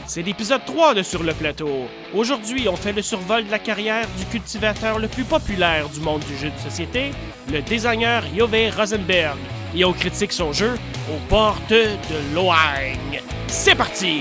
C'est l'épisode 3 de Sur le plateau. Aujourd'hui, on fait le survol de la carrière du cultivateur le plus populaire du monde du jeu de société, le designer Uwe Rosenberg, et on critique son jeu aux portes de Loing. C'est parti!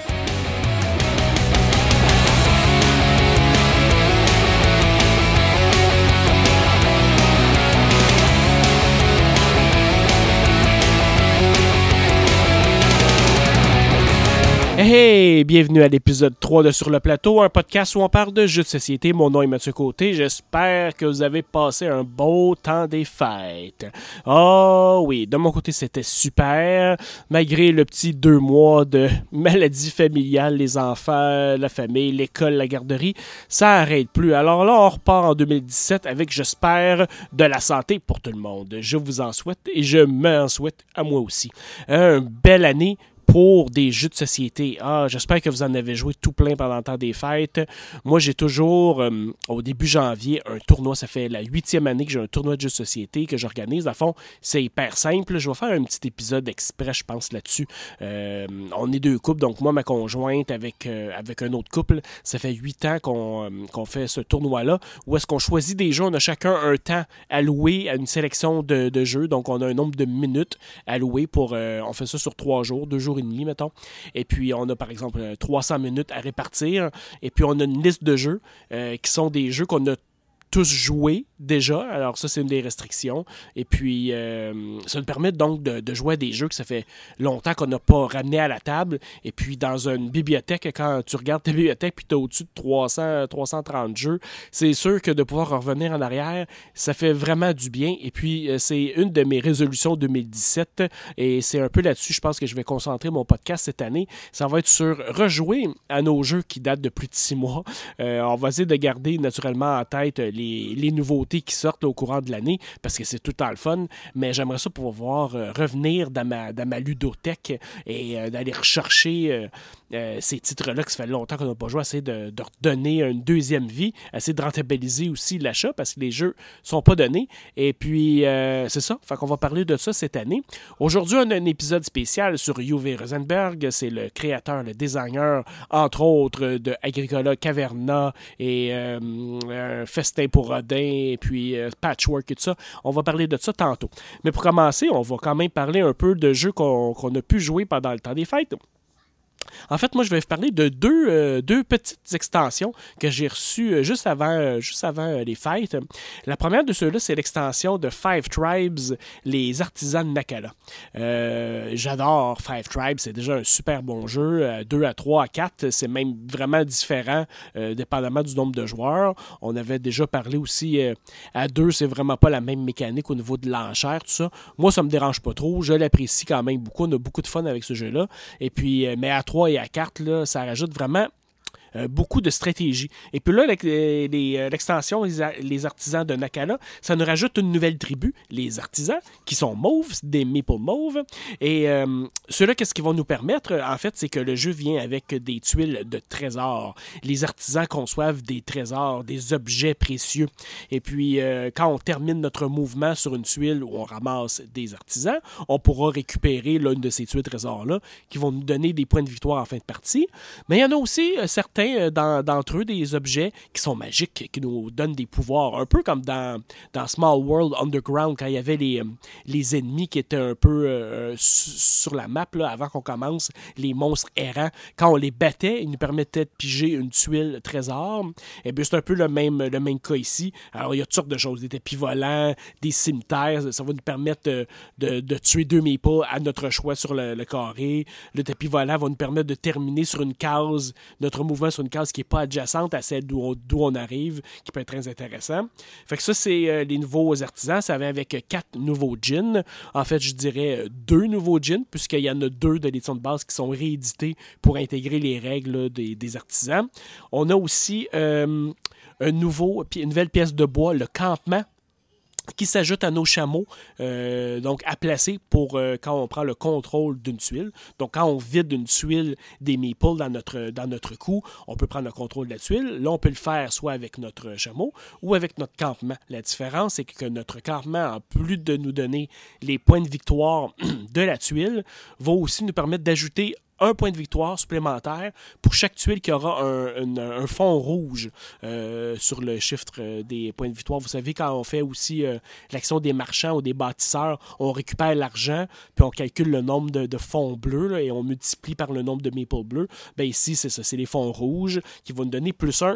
Hey, bienvenue à l'épisode 3 de Sur le plateau, un podcast où on parle de jeux de société. Mon nom est Mathieu Côté. J'espère que vous avez passé un beau temps des fêtes. Oh oui, de mon côté, c'était super. Malgré le petit 2 mois de maladie familiale, les enfants, la famille, l'école, la garderie, ça arrête plus. Alors là, on repart en 2017 avec, j'espère, de la santé pour tout le monde. Je vous en souhaite et je m'en souhaite à moi aussi. Une belle année pour des jeux de société. J'espère que vous en avez joué tout plein pendant le temps des fêtes. Moi, j'ai toujours, au début janvier, un tournoi. Ça fait la 8e année que j'ai un tournoi de jeux de société que j'organise. Dans le fond, c'est hyper simple. Je vais faire un petit épisode exprès, je pense, là-dessus. On est 2 couples, donc moi, ma conjointe, avec un autre couple, ça fait 8 ans qu'on fait ce tournoi-là, où est-ce qu'on choisit des jeux. On a chacun un temps alloué à une sélection de jeux. Donc, on a un nombre de minutes allouées pour... on fait ça sur 3 jours, 2 jours et demi, mettons. Et puis, on a, par exemple, 300 minutes à répartir. Et puis, on a une liste de jeux qui sont des jeux qu'on a tous joués déjà. Alors ça, c'est une des restrictions. Et puis, ça nous permet donc de jouer à des jeux que ça fait longtemps qu'on n'a pas ramené à la table. Et puis, dans une bibliothèque, quand tu regardes ta bibliothèque puis tu as au-dessus de 330 jeux, c'est sûr que de pouvoir revenir en arrière, ça fait vraiment du bien. Et puis, c'est une de mes résolutions 2017. Et c'est un peu là-dessus, je pense que je vais concentrer mon podcast cette année. Ça va être sur rejouer à nos jeux qui datent de plus de 6 mois. On va essayer de garder naturellement en tête les nouveautés qui sortent au courant de l'année, parce que c'est tout le temps le fun, mais j'aimerais ça pouvoir revenir dans ma ludothèque et d'aller rechercher ces titres-là que ça fait longtemps qu'on n'a pas joué, essayer de redonner une deuxième vie, essayer de rentabiliser aussi l'achat, parce que les jeux sont pas donnés, et puis c'est ça, fait qu'on va parler de ça cette année. Aujourd'hui, on a un épisode spécial sur Uwe Rosenberg, c'est le créateur, le designer, entre autres, de Agricola Caverna et Festin pour Rodin, et puis Patchwork et tout ça. On va parler de ça tantôt. Mais pour commencer, on va quand même parler un peu de jeux qu'on a pu jouer pendant le temps des fêtes. En fait, moi, je vais vous parler de deux petites extensions que j'ai reçues juste avant les fêtes. La première de ceux-là, c'est l'extension de Five Tribes, les artisans de Nakala. J'adore Five Tribes, c'est déjà un super bon jeu. 2 à 3 à 4, c'est même vraiment différent, dépendamment du nombre de joueurs. On avait déjà parlé aussi, à 2, c'est vraiment pas la même mécanique au niveau de l'enchère, tout ça. Moi, ça me dérange pas trop. Je l'apprécie quand même beaucoup. On a beaucoup de fun avec ce jeu-là. Et puis, mais à 3 et à 4, là, ça rajoute vraiment beaucoup de stratégie. Et puis là, l'extension, les artisans de Nakala, ça nous rajoute une nouvelle tribu, les artisans, qui sont mauves, des meeples mauves. Et ceux-là, qu'est-ce qu'ils vont nous permettre? En fait, c'est que le jeu vient avec des tuiles de trésors. Les artisans conçoivent des trésors, des objets précieux. Et puis, quand on termine notre mouvement sur une tuile où on ramasse des artisans, on pourra récupérer l'une de ces tuiles trésors-là qui vont nous donner des points de victoire en fin de partie. Mais il y en a aussi certains d'entre eux, des objets qui sont magiques, qui nous donnent des pouvoirs, un peu comme dans Small World Underground, quand il y avait les ennemis qui étaient un peu sur la map, là, avant qu'on commence, les monstres errants. Quand on les battait, ils nous permettaient de piger une tuile trésor. Et bien, c'est un peu le même cas ici. Alors, il y a toutes sortes de choses, des tapis volants, des cimetières, ça va nous permettre de tuer 2 meeples à notre choix sur le carré. Le tapis volant va nous permettre de terminer sur une case, notre mouvement sur une case qui n'est pas adjacente à celle d'où on arrive, qui peut être très intéressant. Fait que ça, c'est les nouveaux artisans. Ça vient avec 4 nouveaux djinns. En fait, je dirais 2 nouveaux djinns, puisqu'il y en a 2 de l'édition de base qui sont réédités pour intégrer les règles là, des artisans. On a aussi une nouvelle pièce de bois, le campement, qui s'ajoute à nos chameaux, donc à placer pour quand on prend le contrôle d'une tuile. Donc, quand on vide une tuile des meeples dans notre coup, on peut prendre le contrôle de la tuile. Là, on peut le faire soit avec notre chameau ou avec notre campement. La différence, c'est que notre campement, en plus de nous donner les points de victoire de la tuile, va aussi nous permettre d'ajouter un point de victoire supplémentaire pour chaque tuile qui aura un fond rouge sur le chiffre des points de victoire. Vous savez, quand on fait aussi l'action des marchands ou des bâtisseurs, on récupère l'argent, puis on calcule le nombre de fonds bleus là, et on multiplie par le nombre de maples bleus. Ben ici, c'est ça, c'est les fonds rouges qui vont nous donner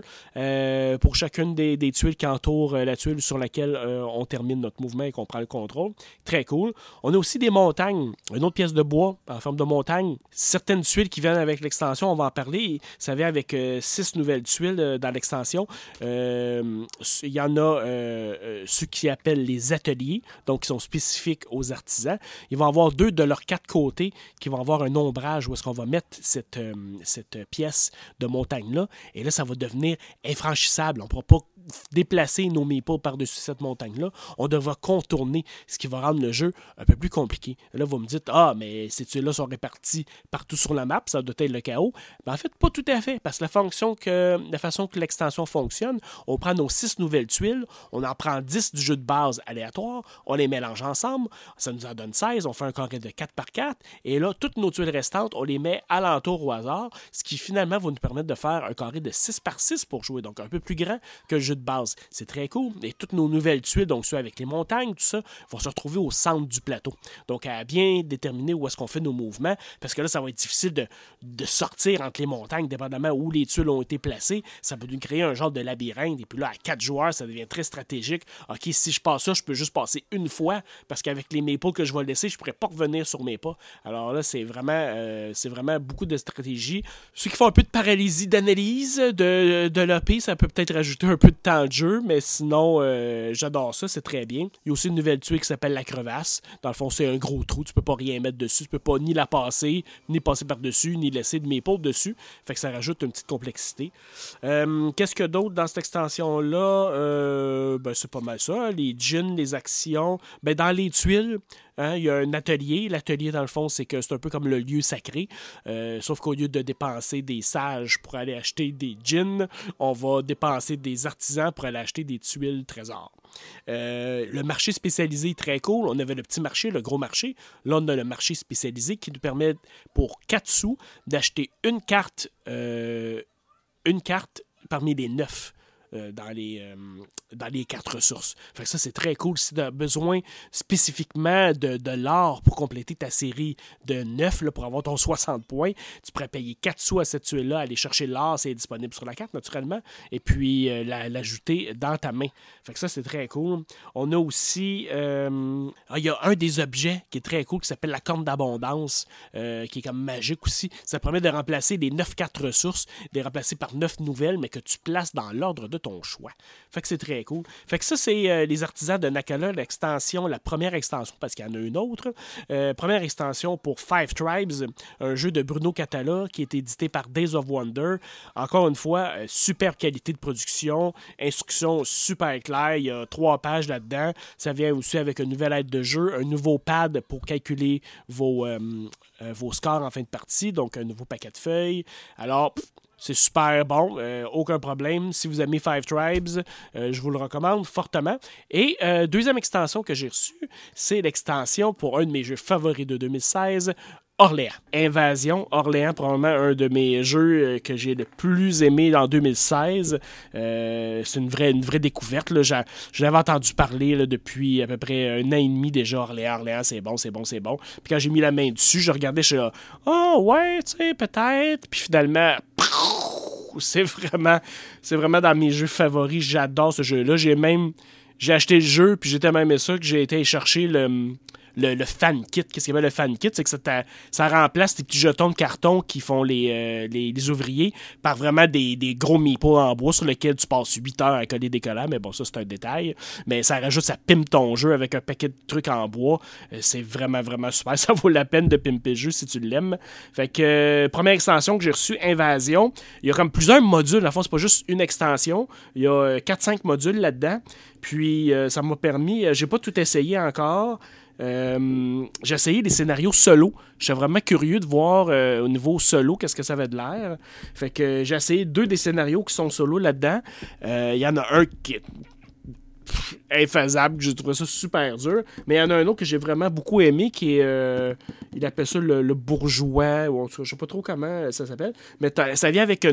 +1 pour chacune des tuiles qui entourent la tuile sur laquelle on termine notre mouvement et qu'on prend le contrôle. Très cool. On a aussi des montagnes, une autre pièce de bois en forme de montagne. Certaines tuiles qui viennent avec l'extension, on va en parler. Ça vient avec 6 nouvelles tuiles dans l'extension. Il y en a ceux qui appellent les ateliers, donc qui sont spécifiques aux artisans. Ils vont avoir 2 de leurs 4 côtés qui vont avoir un ombrage où est-ce qu'on va mettre cette pièce de montagne-là. Et là, ça va devenir infranchissable. On ne pourra pas déplacer nos maples par-dessus cette montagne-là. On devra contourner, ce qui va rendre le jeu un peu plus compliqué. Là, vous me dites, mais ces tuiles-là sont réparties partout sur la map, ça doit être le chaos. Ben, en fait, pas tout à fait, parce que la façon que l'extension fonctionne, on prend nos 6 nouvelles tuiles, on en prend 10 du jeu de base aléatoire, on les mélange ensemble, ça nous en donne 16, on fait un carré de 4x4, et là, toutes nos tuiles restantes, on les met alentour au hasard, ce qui finalement va nous permettre de faire un carré de 6x6 pour jouer, donc un peu plus grand que le jeu de base. C'est très cool. Et toutes nos nouvelles tuiles, donc ceux avec les montagnes, tout ça, vont se retrouver au centre du plateau. Donc, à bien déterminer où est-ce qu'on fait nos mouvements, parce que là, ça va être difficile de sortir entre les montagnes, dépendamment où les tuiles ont été placées. Ça peut nous créer un genre de labyrinthe. Et puis là, à 4 joueurs, ça devient très stratégique. OK, si je passe ça, je peux juste passer une fois, parce qu'avec les maples que je vais laisser, je ne pourrais pas revenir sur mes pas. Alors là, c'est vraiment beaucoup de stratégie. Ceux qui font un peu de paralysie d'analyse de l'OP, ça peut peut-être rajouter un peu de temps de jeu, mais sinon, j'adore ça, c'est très bien. Il y a aussi une nouvelle tuile qui s'appelle la crevasse. Dans le fond, c'est un gros trou, tu peux pas rien mettre dessus, tu peux pas ni la passer, ni passer par-dessus, ni laisser de maples dessus. Fait que ça rajoute une petite complexité. Qu'est-ce qu'il y a d'autre dans cette extension-là? C'est pas mal ça, hein? Les djinns, les actions. Dans les tuiles, il y a un atelier. L'atelier, dans le fond, c'est un peu comme le lieu sacré. Sauf qu'au lieu de dépenser des sages pour aller acheter des djinns, on va dépenser des artisans pour aller acheter des tuiles trésors. Le marché spécialisé est très cool. On avait le petit marché, le gros marché. Là, on a le marché spécialisé qui nous permet, pour 4 sous, d'acheter une carte parmi les 9. Dans les 4 ressources. Fait que ça, c'est très cool. Si tu as besoin spécifiquement de l'or pour compléter ta série de 9, là, pour avoir ton 60 points, tu pourrais payer 4 sous à cette tuile-là, aller chercher l'or, c'est disponible sur la carte, naturellement, et puis l'ajouter dans ta main. Fait que ça, c'est très cool. On a aussi... il y a un des objets qui est très cool, qui s'appelle la corne d'abondance, qui est comme magique aussi. Ça permet de remplacer les 9 cartes ressources, de les remplacer par 9 nouvelles, mais que tu places dans l'ordre de ton choix. Fait que c'est très cool. Fait que ça, c'est les artisans de Nakala, la première extension, parce qu'il y en a une autre. Première extension pour Five Tribes, un jeu de Bruno Catala qui est édité par Days of Wonder. Encore une fois, super qualité de production, instructions super claires, il y a 3 pages là-dedans. Ça vient aussi avec une nouvelle aide de jeu, un nouveau pad pour calculer vos scores en fin de partie, donc un nouveau paquet de feuilles. Alors, c'est super bon, aucun problème. Si vous aimez Five Tribes, je vous le recommande fortement. Et deuxième extension que j'ai reçue, c'est l'extension pour un de mes jeux favoris de 2016, Orléans. Invasion, Orléans, probablement un de mes jeux que j'ai le plus aimé en 2016. C'est une vraie découverte. Là. Je l'avais entendu parler là, depuis à peu près 1 an et demi déjà. Orléans, c'est bon. Puis quand j'ai mis la main dessus, je regardais, je suis là, ouais, tu sais, peut-être. Puis finalement, c'est vraiment dans mes jeux favoris. J'adore ce jeu-là. J'ai acheté le jeu, puis j'ai tellement aimé ça que j'ai été chercher le fan kit. Qu'est-ce qu'il y avait le fan kit? C'est que ça remplace tes petits jetons de carton qui font les ouvriers par vraiment des gros meeples en bois sur lesquels tu passes 8 heures à coller des collants. Mais bon, ça, c'est un détail. Mais ça rajoute, ça pimpe ton jeu avec un paquet de trucs en bois. C'est vraiment, vraiment super. Ça vaut la peine de pimper le jeu si tu l'aimes. Fait que, première extension que j'ai reçue, Invasion. Il y a comme plusieurs modules. En fait, c'est pas juste une extension. Il y a 4-5 modules là-dedans. Puis, ça m'a permis... j'ai pas tout essayé encore. J'ai essayé les scénarios solo. Je suis vraiment curieux de voir au niveau solo qu'est-ce que ça avait de l'air. Fait que j'ai essayé 2 des scénarios qui sont solo là-dedans. Il y en a un qui est infaisable, j'ai trouvé ça super dur. Mais il y en a un autre que j'ai vraiment beaucoup aimé, qui est, il appelle ça le bourgeois, ou en tout cas, je sais pas trop comment ça s'appelle, mais ça vient avec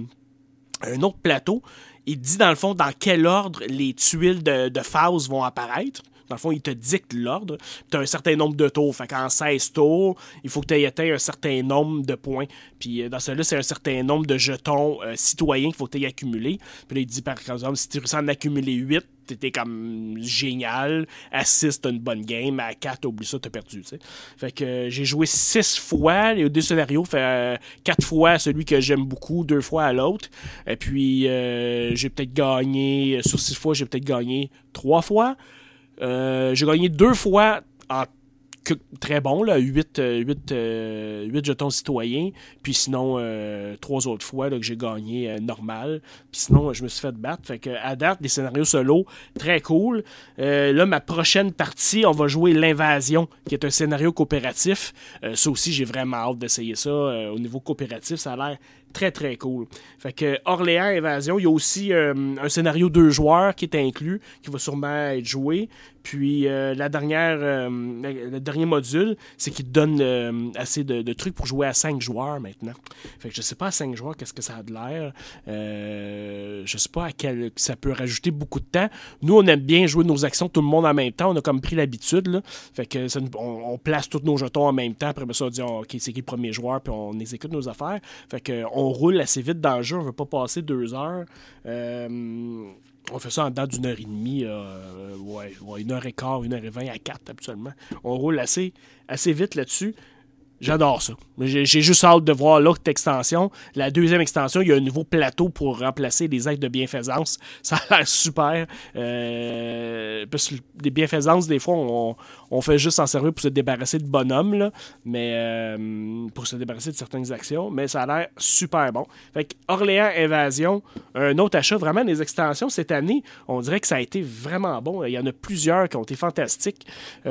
un autre plateau. Il dit, dans le fond, dans quel ordre les tuiles de phase vont apparaître. Dans le fond, il te dicte l'ordre. Tu as un certain nombre de tours. Fait qu'en 16 tours, il faut que tu aies atteint un certain nombre de points. Puis dans celui-là, c'est un certain nombre de jetons citoyens qu'il faut que tu aies accumulé. Puis là, il dit, par exemple, si tu réussis à en accumuler 8, t'étais comme génial. À 6, t'as une bonne game. À 4, oublie ça, t'as perdu. T'sais. Fait que j'ai joué 6 fois les 2 scénarios. Fait 4 fois à celui que j'aime beaucoup, 2 fois à l'autre. Et puis j'ai peut-être gagné, sur 6 fois, j'ai peut-être gagné 3 fois. J'ai gagné 2 fois en très bon, là, 8 jetons citoyens. Puis sinon, 3 autres fois là, que j'ai gagné normal. Puis sinon, je me suis fait battre. Fait que, à date, les scénarios solo, très cool. Là, ma prochaine partie, on va jouer l'Invasion, qui est un scénario coopératif. Ça aussi, j'ai vraiment hâte d'essayer ça. Au niveau coopératif, ça a l'air très, très cool. Fait que Orléans Invasion, il y a aussi un scénario 2 joueurs qui est inclus, qui va sûrement être joué. Puis le dernier module, c'est qu'il te donne assez de trucs pour jouer à 5 joueurs maintenant. Fait que je sais pas à 5 joueurs qu'est-ce que ça a de l'air. Je sais pas à quel ça peut rajouter beaucoup de temps. Nous, on aime bien jouer nos actions tout le monde en même temps. On a comme pris l'habitude. Là. Fait que on place tous nos jetons en même temps. Après ça, on dit OK, c'est qui le premier joueur, puis on exécute nos affaires. Fait que on roule assez vite dans le jeu. On veut pas passer 2 heures. On fait ça en dedans d'une heure et demie, 1h15, 1h20 à 4 absolument. On roule assez vite là-dessus. J'adore ça. J'ai juste hâte de voir l'autre extension. La deuxième extension, il y a un nouveau plateau pour remplacer les actes de bienfaisance. Ça a l'air super. Parce que les bienfaisances, des fois, on fait juste s'en servir pour se débarrasser de bonhommes, là, mais pour se débarrasser de certaines actions. Mais ça a l'air super bon. Fait que Orléans Invasion, un autre achat, vraiment des extensions cette année, on dirait que ça a été vraiment bon. Il y en a plusieurs qui ont été fantastiques.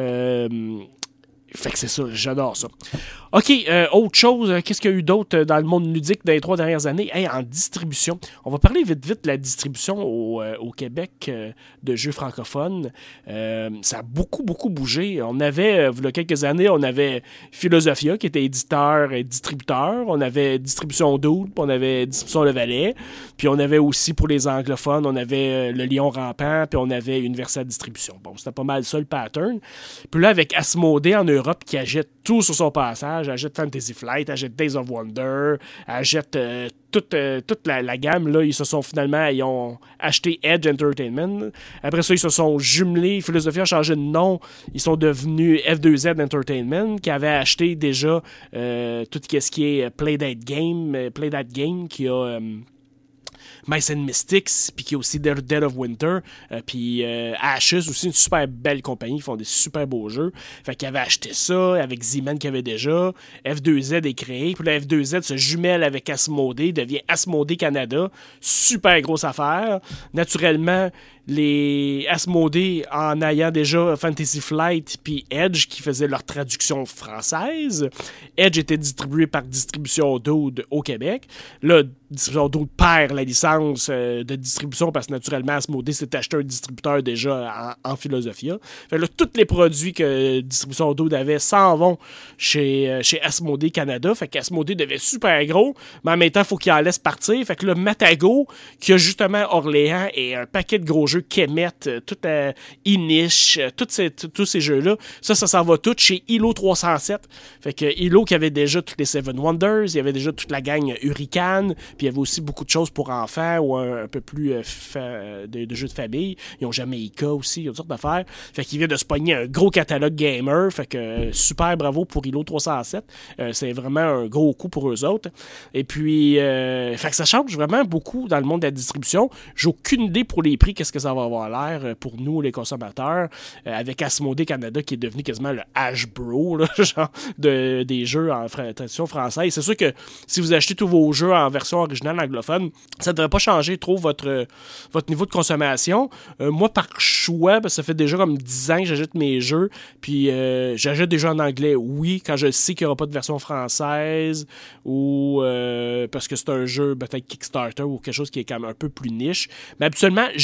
Fait que c'est ça, j'adore ça. OK, autre chose, qu'est-ce qu'il y a eu d'autre dans le monde ludique dans les 3 dernières années? Hey, en distribution, on va parler vite de la distribution au Québec de jeux francophones. Ça a beaucoup bougé. On avait, il y a quelques années, on avait Philosophia qui était éditeur et distributeur. On avait Distribution Doute, puis on avait Distribution Le Valais. Puis on avait aussi, pour les anglophones, on avait Le Lion Rampant, puis on avait Universal Distribution. Bon, c'était pas mal ça le pattern. Puis là, avec Asmodée en Europe qui achète tout sur son passage, achète Fantasy Flight, achète Days of Wonder, achète toute la gamme, là, ils ont acheté Edge Entertainment. Après ça, ils se sont jumelés. Philosophie a changé de nom. Ils sont devenus F2Z Entertainment, qui avait acheté déjà tout ce qui est Play That Game, qui a Mice and Mystics, puis qui a aussi Dead of Winter, puis Ashes, aussi une super belle compagnie, ils font des super beaux jeux. Fait qu'ils avaient acheté ça, avec Z-Man qu'il y avait déjà, F2Z est créé, puis la F2Z se jumelle avec Asmodée, devient Asmodée Canada, super grosse affaire. Naturellement, les Asmodée, en ayant déjà Fantasy Flight puis Edge qui faisaient leur traduction française. Edge était distribué par Distribution Doute au Québec. Là, Distribution Doute perd la licence de distribution parce que naturellement Asmodée s'est acheté un distributeur déjà en Philosophia. Fait là, tous les produits que Distribution Doute avait s'en vont chez Asmodée Canada. Fait qu'Asmodée devait super gros, mais en même temps, il faut qu'il en laisse partir. Fait que là, Matago, qui a justement Orléans et un paquet de gros jeux Kemet, tout Inish, tous ces jeux-là, ça s'en va tout chez Hilo 307. Fait que Hilo qui avait déjà tous les Seven Wonders, il y avait déjà toute la gang Hurricane, puis il y avait aussi beaucoup de choses pour enfants ou un peu plus de jeux de famille. Ils ont Jamaica aussi, il y a toutes sortes d'affaires. Fait qu'il vient de se pogner un gros catalogue gamer. Fait que super bravo pour Hilo 307. C'est vraiment un gros coup pour eux autres. Et puis, fait que ça change vraiment beaucoup dans le monde de la distribution. J'ai aucune idée pour les prix, qu'est-ce que ça va avoir l'air pour nous, les consommateurs, avec Asmodée Canada qui est devenu quasiment le Hasbro, là, genre des jeux en tradition française. C'est sûr que si vous achetez tous vos jeux en version originale anglophone, ça ne devrait pas changer trop votre niveau de consommation. Moi, par choix, parce que ça fait déjà comme 10 ans que j'achète mes jeux, puis j'achète des jeux en anglais, oui, quand je sais qu'il n'y aura pas de version française, ou parce que c'est un jeu peut-être Kickstarter ou quelque chose qui est quand même un peu plus niche. Mais habituellement, j'attends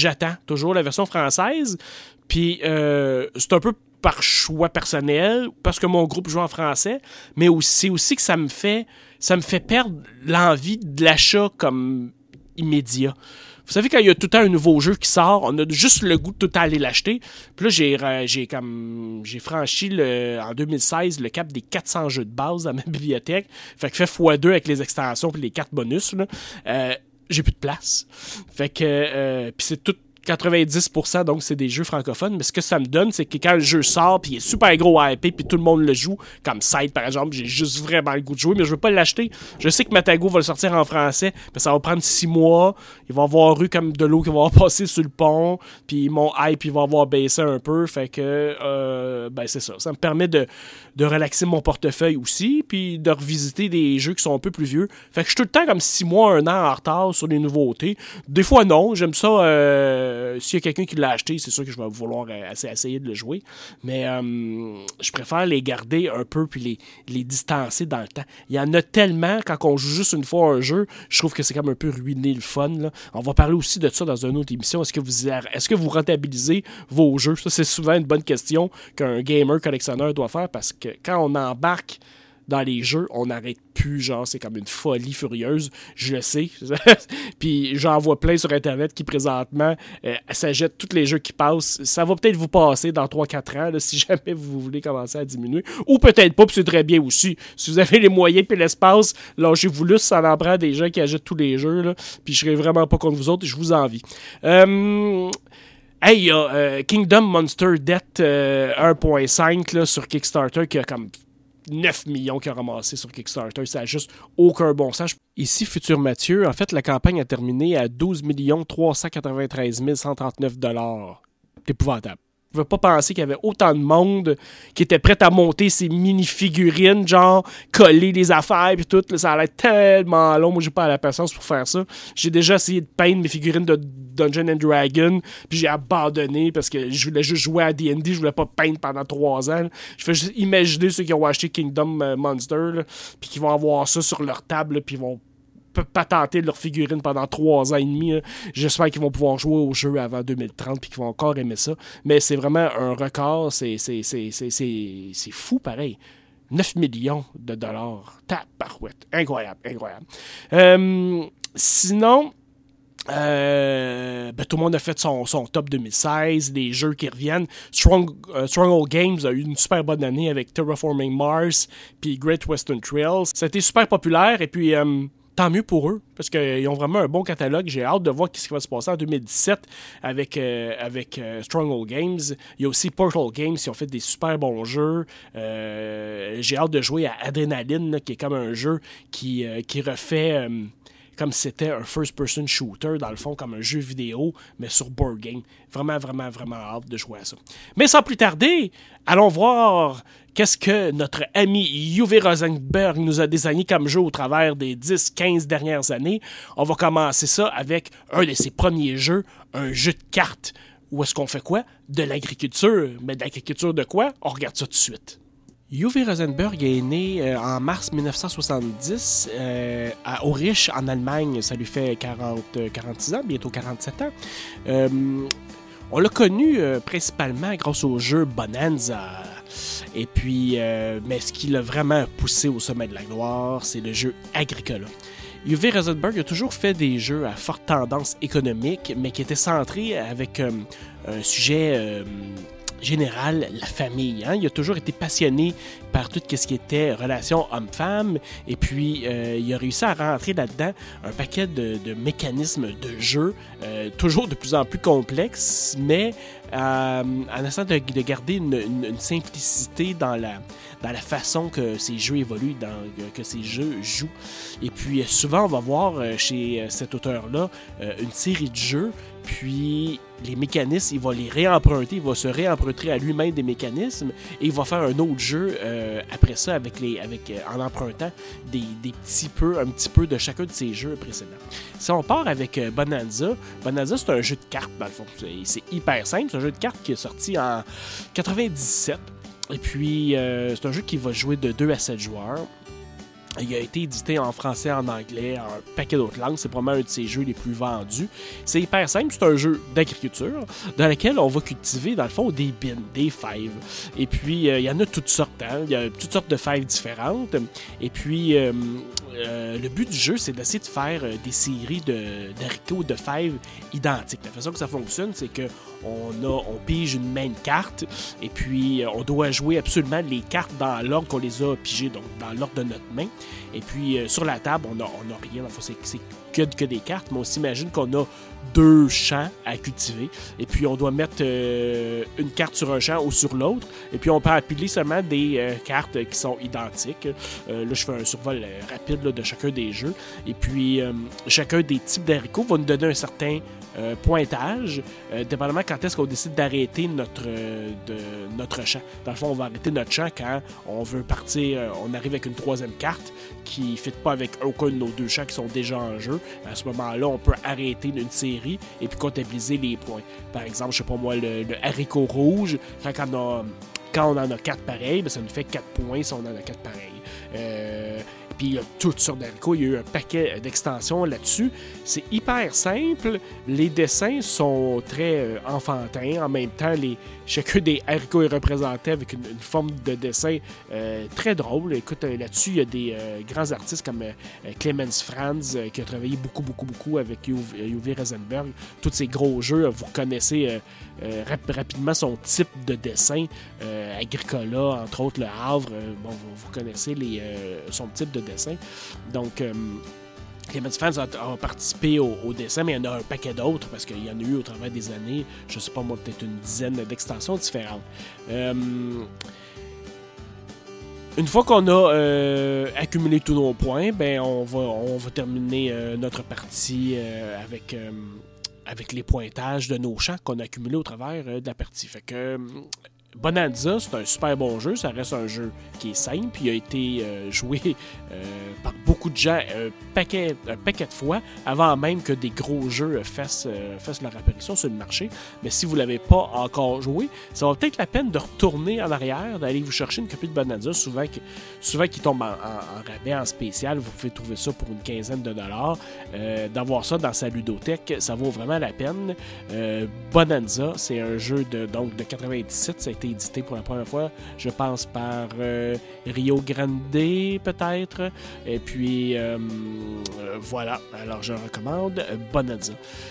toujours la version française. Puis c'est un peu par choix personnel, parce que mon groupe joue en français, mais c'est aussi que ça me fait perdre l'envie de l'achat comme immédiat. Vous savez, quand il y a tout le temps un nouveau jeu qui sort, on a juste le goût de tout le temps aller l'acheter. Puis là, j'ai franchi en 2016 le cap des 400 jeux de base dans ma bibliothèque. Fait que fait x2 avec les extensions puis les cartes bonus. Là. J'ai plus de place. Fait que puis c'est tout 90%, donc c'est des jeux francophones, mais ce que ça me donne, c'est que quand le jeu sort, puis il est super gros hypé, puis tout le monde le joue, comme Side par exemple, j'ai juste vraiment le goût de jouer, mais je veux pas l'acheter. Je sais que Matago va le sortir en français, puis ça va prendre 6 mois, il va y avoir eu comme de l'eau qui va passer sur le pont, puis mon hype, il va avoir baissé un peu, fait que, c'est ça. Ça me permet de relaxer mon portefeuille aussi, puis de revisiter des jeux qui sont un peu plus vieux. Fait que je suis tout le temps comme 6 mois, 1 an en retard sur les nouveautés. Des fois, non, j'aime ça... s'il y a quelqu'un qui l'a acheté, c'est sûr que je vais vouloir essayer de le jouer. Mais je préfère les garder un peu puis les distancer dans le temps. Il y en a tellement, quand on joue juste une fois un jeu, je trouve que c'est comme un peu ruiné le fun. Là. On va parler aussi de ça dans une autre émission. Est-ce que vous rentabilisez vos jeux? Ça, c'est souvent une bonne question qu'un gamer collectionneur doit faire parce que quand on embarque dans les jeux, on n'arrête plus, genre, c'est comme une folie furieuse, je le sais. Puis j'en vois plein sur Internet qui, présentement, s'achètent tous les jeux qui passent. Ça va peut-être vous passer dans 3-4 ans, là, si jamais vous voulez commencer à diminuer. Ou peut-être pas, puis c'est très bien aussi. Si vous avez les moyens et l'espace, lâchez-vous là, ça en prend des gens qui achètent tous les jeux, là, puis je serai vraiment pas contre vous autres, et je vous envie. Hey, il y a Kingdom Monster Death 1.5 là, sur Kickstarter qui a comme 9 millions qu'il a ramassé sur Kickstarter. Ça n'a juste aucun bon sens. Ici, Futur Mathieu, en fait, la campagne a terminé à 12 393 139 $. C'est épouvantable. Je ne veux pas penser qu'il y avait autant de monde qui était prêt à monter ces mini-figurines, genre coller les affaires et tout. Là, ça a l'air tellement long. Moi, j'ai pas la patience pour faire ça. J'ai déjà essayé de peindre mes figurines de Dungeons and Dragons, puis j'ai abandonné parce que je voulais juste jouer à D&D. Je voulais pas peindre pendant 3 ans. Là. Je fais juste imaginer ceux qui ont acheté Kingdom Monster, puis qui vont avoir ça sur leur table, puis ils vont patenter leur figurine pendant 3 ans et demi. Là. J'espère qu'ils vont pouvoir jouer au jeu avant 2030 puis qu'ils vont encore aimer ça. Mais c'est vraiment un record. C'est fou, pareil. 9 millions de dollars. Tabarouette. Incroyable, incroyable. Sinon... tout le monde a fait son top 2016, des jeux qui reviennent. Stronghold Games a eu une super bonne année avec Terraforming Mars puis Great Western Trails. Ça a été super populaire et puis... tant mieux pour eux, parce qu'ils ont vraiment un bon catalogue. J'ai hâte de voir ce qui va se passer en 2017 avec Stronghold Games. Il y a aussi Portal Games qui ont fait des super bons jeux. J'ai hâte de jouer à Adrenaline, là, qui est comme un jeu qui refait... comme si c'était un first-person shooter, dans le fond, comme un jeu vidéo, mais sur board game. Vraiment, vraiment, vraiment hâte de jouer à ça. Mais sans plus tarder, allons voir qu'est-ce que notre ami Uwe Rosenberg nous a désigné comme jeu au travers des 10-15 dernières années. On va commencer ça avec un de ses premiers jeux, un jeu de cartes. Où est-ce qu'on fait quoi? De l'agriculture. Mais de l'agriculture de quoi? On regarde ça tout de suite. Uwe Rosenberg est né en mars 1970 à Aurich, en Allemagne. Ça lui fait 46 ans, bientôt 47 ans. On l'a connu principalement grâce au jeu Bonanza. Et puis, mais ce qui l'a vraiment poussé au sommet de la gloire, c'est le jeu Agricola. Uwe Rosenberg a toujours fait des jeux à forte tendance économique, mais qui étaient centrés avec un sujet... général, la famille. Hein? Il a toujours été passionné par tout ce qui était relation homme-femme et puis il a réussi à rentrer là-dedans un paquet de mécanismes de jeu toujours de plus en plus complexes, mais en essayant de garder une simplicité dans la façon que ces jeux évoluent, que ces jeux jouent. Et puis souvent, on va voir chez cet auteur-là une série de jeux, puis les mécanismes, il va les réemprunter, il va se réemprunter à lui-même des mécanismes et il va faire un autre jeu après ça en empruntant un petit peu de chacun de ses jeux précédents. Si on part avec Bonanza, c'est un jeu de cartes dans le fond. C'est hyper simple, c'est un jeu de cartes qui est sorti en 97. Et puis, c'est un jeu qui va jouer de 2 à 7 joueurs. Il a été édité en français, en anglais, en un paquet d'autres langues. C'est probablement un de ses jeux les plus vendus. C'est hyper simple. C'est un jeu d'agriculture dans lequel on va cultiver, dans le fond, des bines, des fèves. Et puis, il y en a toutes sortes. Hein? Il y a toutes sortes de fèves différentes. Et puis, le but du jeu, c'est d'essayer de faire des séries d'haricots, de fèves identiques. La façon que ça fonctionne, c'est que on pige une même carte et puis on doit jouer absolument les cartes dans l'ordre qu'on les a pigées, donc dans l'ordre de notre main. Et puis sur la table, on a rien. Enfin, c'est que des cartes, mais on s'imagine qu'on a 2 champs à cultiver. Et puis on doit mettre une carte sur un champ ou sur l'autre. Et puis on peut appiler seulement des cartes qui sont identiques. Là, je fais un survol rapide là, de chacun des jeux. Et puis chacun des types d'haricots va nous donner un certain pointage, dépendamment quand est-ce qu'on décide d'arrêter notre champ. Dans le fond, on va arrêter notre champ quand on veut partir, on arrive avec une 3e carte qui ne fit pas avec aucun de nos 2 champs qui sont déjà en jeu. À ce moment-là, on peut arrêter une série et puis comptabiliser les points. Par exemple, je sais pas moi, le haricot rouge, quand on en a 4 pareils, ben ça nous fait 4 points si on en a 4 pareils. Puis il y a toutes sortes d'haricots, il y a eu un paquet d'extensions là-dessus. C'est hyper simple, les dessins sont très enfantins. En même temps, chacun des haricots est représenté avec une forme de dessin très drôle. Écoute, là-dessus, il y a des grands artistes comme Clemens Franz qui a travaillé beaucoup avec Uwe Rosenberg. Tous ces gros jeux, vous connaissez rapidement son type de dessin. Agricola, entre autres le Havre, vous connaissez son type de dessin. Donc, Clemens Franz a participé au dessin, mais il y en a un paquet d'autres parce qu'il y en a eu au travers des années, je sais pas moi, peut-être une dizaine d'extensions différentes. Une fois qu'on a accumulé tous nos points, ben on va terminer notre partie avec les pointages de nos champs qu'on a accumulés au travers de la partie. Fait que Bonanza, c'est un super bon jeu. Ça reste un jeu qui est simple. Il a été joué par beaucoup de gens un paquet de fois avant même que des gros jeux fassent leur apparition sur le marché. Mais si vous ne l'avez pas encore joué, ça va peut-être la peine de retourner en arrière, d'aller vous chercher une copie de Bonanza. Souvent qui tombe en rabais, en spécial. Vous pouvez trouver ça pour une quinzaine de dollars. D'avoir ça dans sa ludothèque, ça vaut vraiment la peine. Bonanza, c'est un jeu de 97. Ça a été édité pour la première fois, je pense, par Rio Grande, peut-être. Et puis, voilà. Alors, je recommande Bonanza.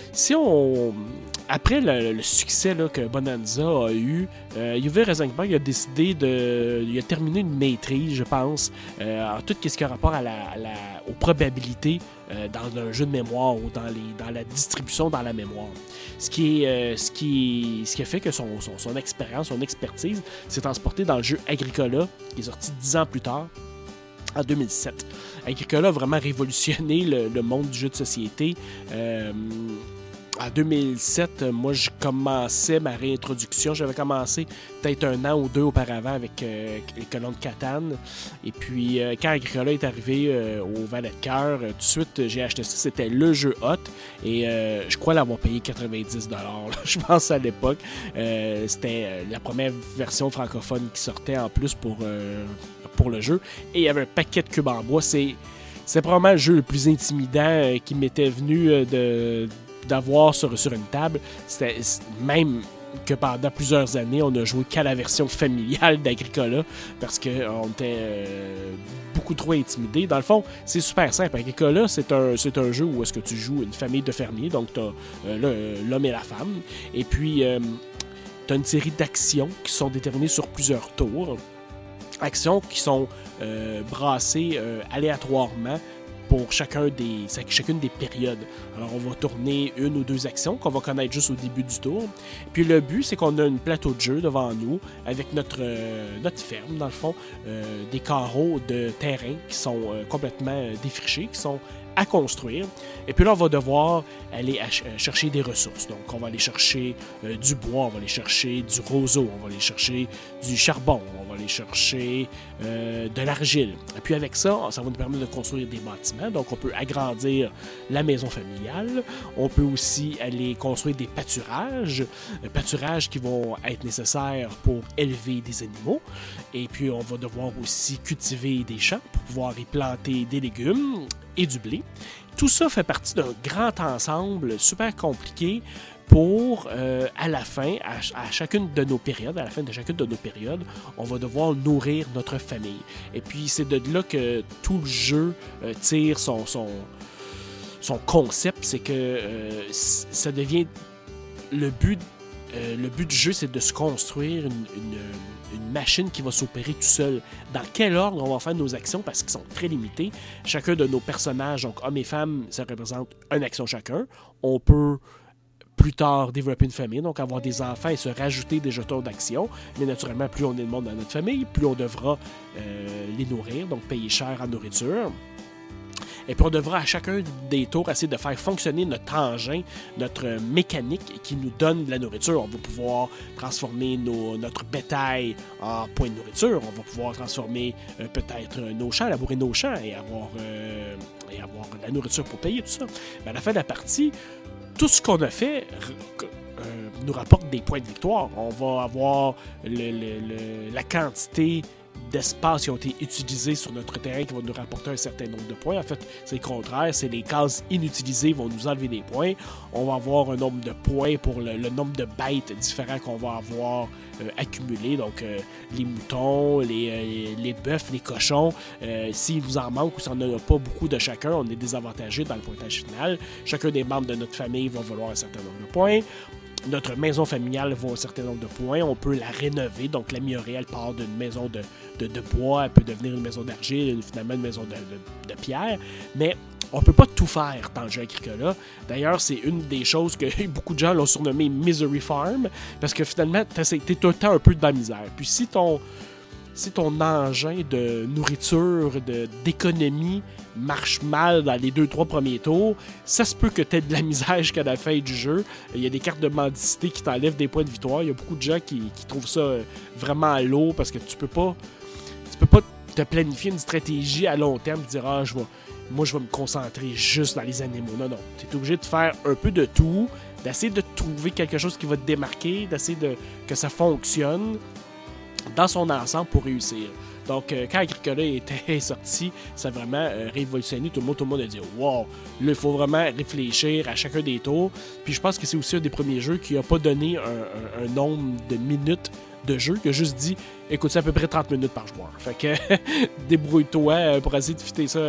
Après le succès là, que Bonanza a eu, Uwe Rosenberg a décidé il a terminé une maîtrise, je pense, en tout ce qui a rapport aux probabilités dans un jeu de mémoire ou dans la distribution dans la mémoire. Ce qui a fait que son expérience, son expertise s'est transportée dans le jeu Agricola, qui est sorti 10 ans plus tard, en 2007. Agricola a vraiment révolutionné le monde du jeu de société. En 2007, moi, je commençais ma réintroduction. J'avais commencé peut-être 1 an ou 2 auparavant avec les colons de Catane. Et puis, quand Agricola est arrivé au Valet de Cœur, tout de suite, j'ai acheté ça. C'était le jeu hot. Et je crois l'avoir payé 90$, je pense, à l'époque. C'était la première version francophone qui sortait en plus pour le jeu. Et il y avait un paquet de cubes en bois. C'est probablement le jeu le plus intimidant qui m'était venu d'avoir sur une table. C'était même que pendant plusieurs années, on a joué qu'à la version familiale d'Agricola parce qu'on était beaucoup trop intimidés. Dans le fond, c'est super simple. Agricola, c'est un jeu où est-ce que tu joues une famille de fermiers, donc tu as l'homme et la femme, et puis tu as une série d'actions qui sont déterminées sur plusieurs tours. Actions qui sont brassées aléatoirement pour chacune des périodes. Alors, on va tourner 1 ou 2 actions qu'on va connaître juste au début du tour. Puis le but, c'est qu'on a un plateau de jeu devant nous avec notre ferme, dans le fond, des carreaux de terrain qui sont complètement défrichés, qui sont à construire. Et puis là, on va devoir aller chercher des ressources. Donc, on va aller chercher du bois, on va aller chercher du roseau, on va aller chercher du charbon, on va aller chercher de l'argile. Et puis avec ça, ça va nous permettre de construire des bâtiments. Donc, on peut agrandir la maison familiale. On peut aussi aller construire des pâturages qui vont être nécessaires pour élever des animaux. Et puis, on va devoir aussi cultiver des champs pour pouvoir y planter des légumes et du blé. Tout ça fait partie d'un grand ensemble super compliqué pour, à la fin, à chacune de nos périodes, à la fin de chacune de nos périodes, on va devoir nourrir notre famille. Et puis, c'est de là que tout le jeu tire son concept, c'est que ça devient... Le but du jeu, c'est de se construire une machine qui va s'opérer tout seul. Dans quel ordre on va faire nos actions, parce qu'ils sont très limités. Chacun de nos personnages, donc hommes et femmes, ça représente une action chacun. On peut plus tard développer une famille, donc avoir des enfants et se rajouter des jetons d'action. Mais naturellement, plus on est de monde dans notre famille, plus on devra les nourrir, donc payer cher en nourriture. Et puis on devra à chacun des tours essayer de faire fonctionner notre engin, notre mécanique qui nous donne de la nourriture. On va pouvoir transformer notre bétail en points de nourriture. On va pouvoir transformer peut-être nos champs, labourer nos champs et avoir de la nourriture pour payer tout ça. Mais à la fin de la partie, tout ce qu'on a fait nous rapporte des points de victoire. On va avoir la quantité d'espace qui ont été utilisés sur notre terrain qui va nous rapporter un certain nombre de points. En fait, c'est le contraire. C'est les cases inutilisées vont nous enlever des points. On va avoir un nombre de points pour le nombre de bêtes différents qu'on va avoir accumulés. Donc, les moutons, les bœufs, les cochons. S'il vous en manque ou s'il n'y en a pas beaucoup de chacun, on est désavantagé dans le pointage final. Chacun des membres de notre famille va valoir un certain nombre de points. Notre maison familiale vaut un certain nombre de points. On peut la rénover, donc l'améliorer. Elle part d'une maison de bois, elle peut devenir une maison d'argile, finalement une maison de pierre. Mais on ne peut pas tout faire dans le jeu Agricola. D'ailleurs, c'est une des choses que beaucoup de gens l'ont surnommé Misery Farm, parce que finalement, t'es tout le temps un peu dans la misère. Puis si ton engin de nourriture, d'économie marche mal dans les 2-3 premiers tours, ça se peut que tu aies de la misère jusqu'à la fin du jeu. Il y a des cartes de mendicité qui t'enlèvent des points de victoire. Il y a beaucoup de gens qui trouvent ça vraiment lourd parce que tu peux pas te planifier une stratégie à long terme et dire « Ah, je vais me concentrer juste dans les animaux. » Non. Tu es obligé de faire un peu de tout, d'essayer de trouver quelque chose qui va te démarquer, d'essayer que ça fonctionne dans son ensemble pour réussir. Donc, quand Agricola était sorti, ça a vraiment révolutionné tout le monde a dit « Wow! » Là, il faut vraiment réfléchir à chacun des tours. Puis je pense que c'est aussi un des premiers jeux qui n'a pas donné un nombre de minutes de jeu, qui a juste dit « Écoute, c'est à peu près 30 minutes par joueur. » Fait que débrouille-toi pour essayer de fitter ça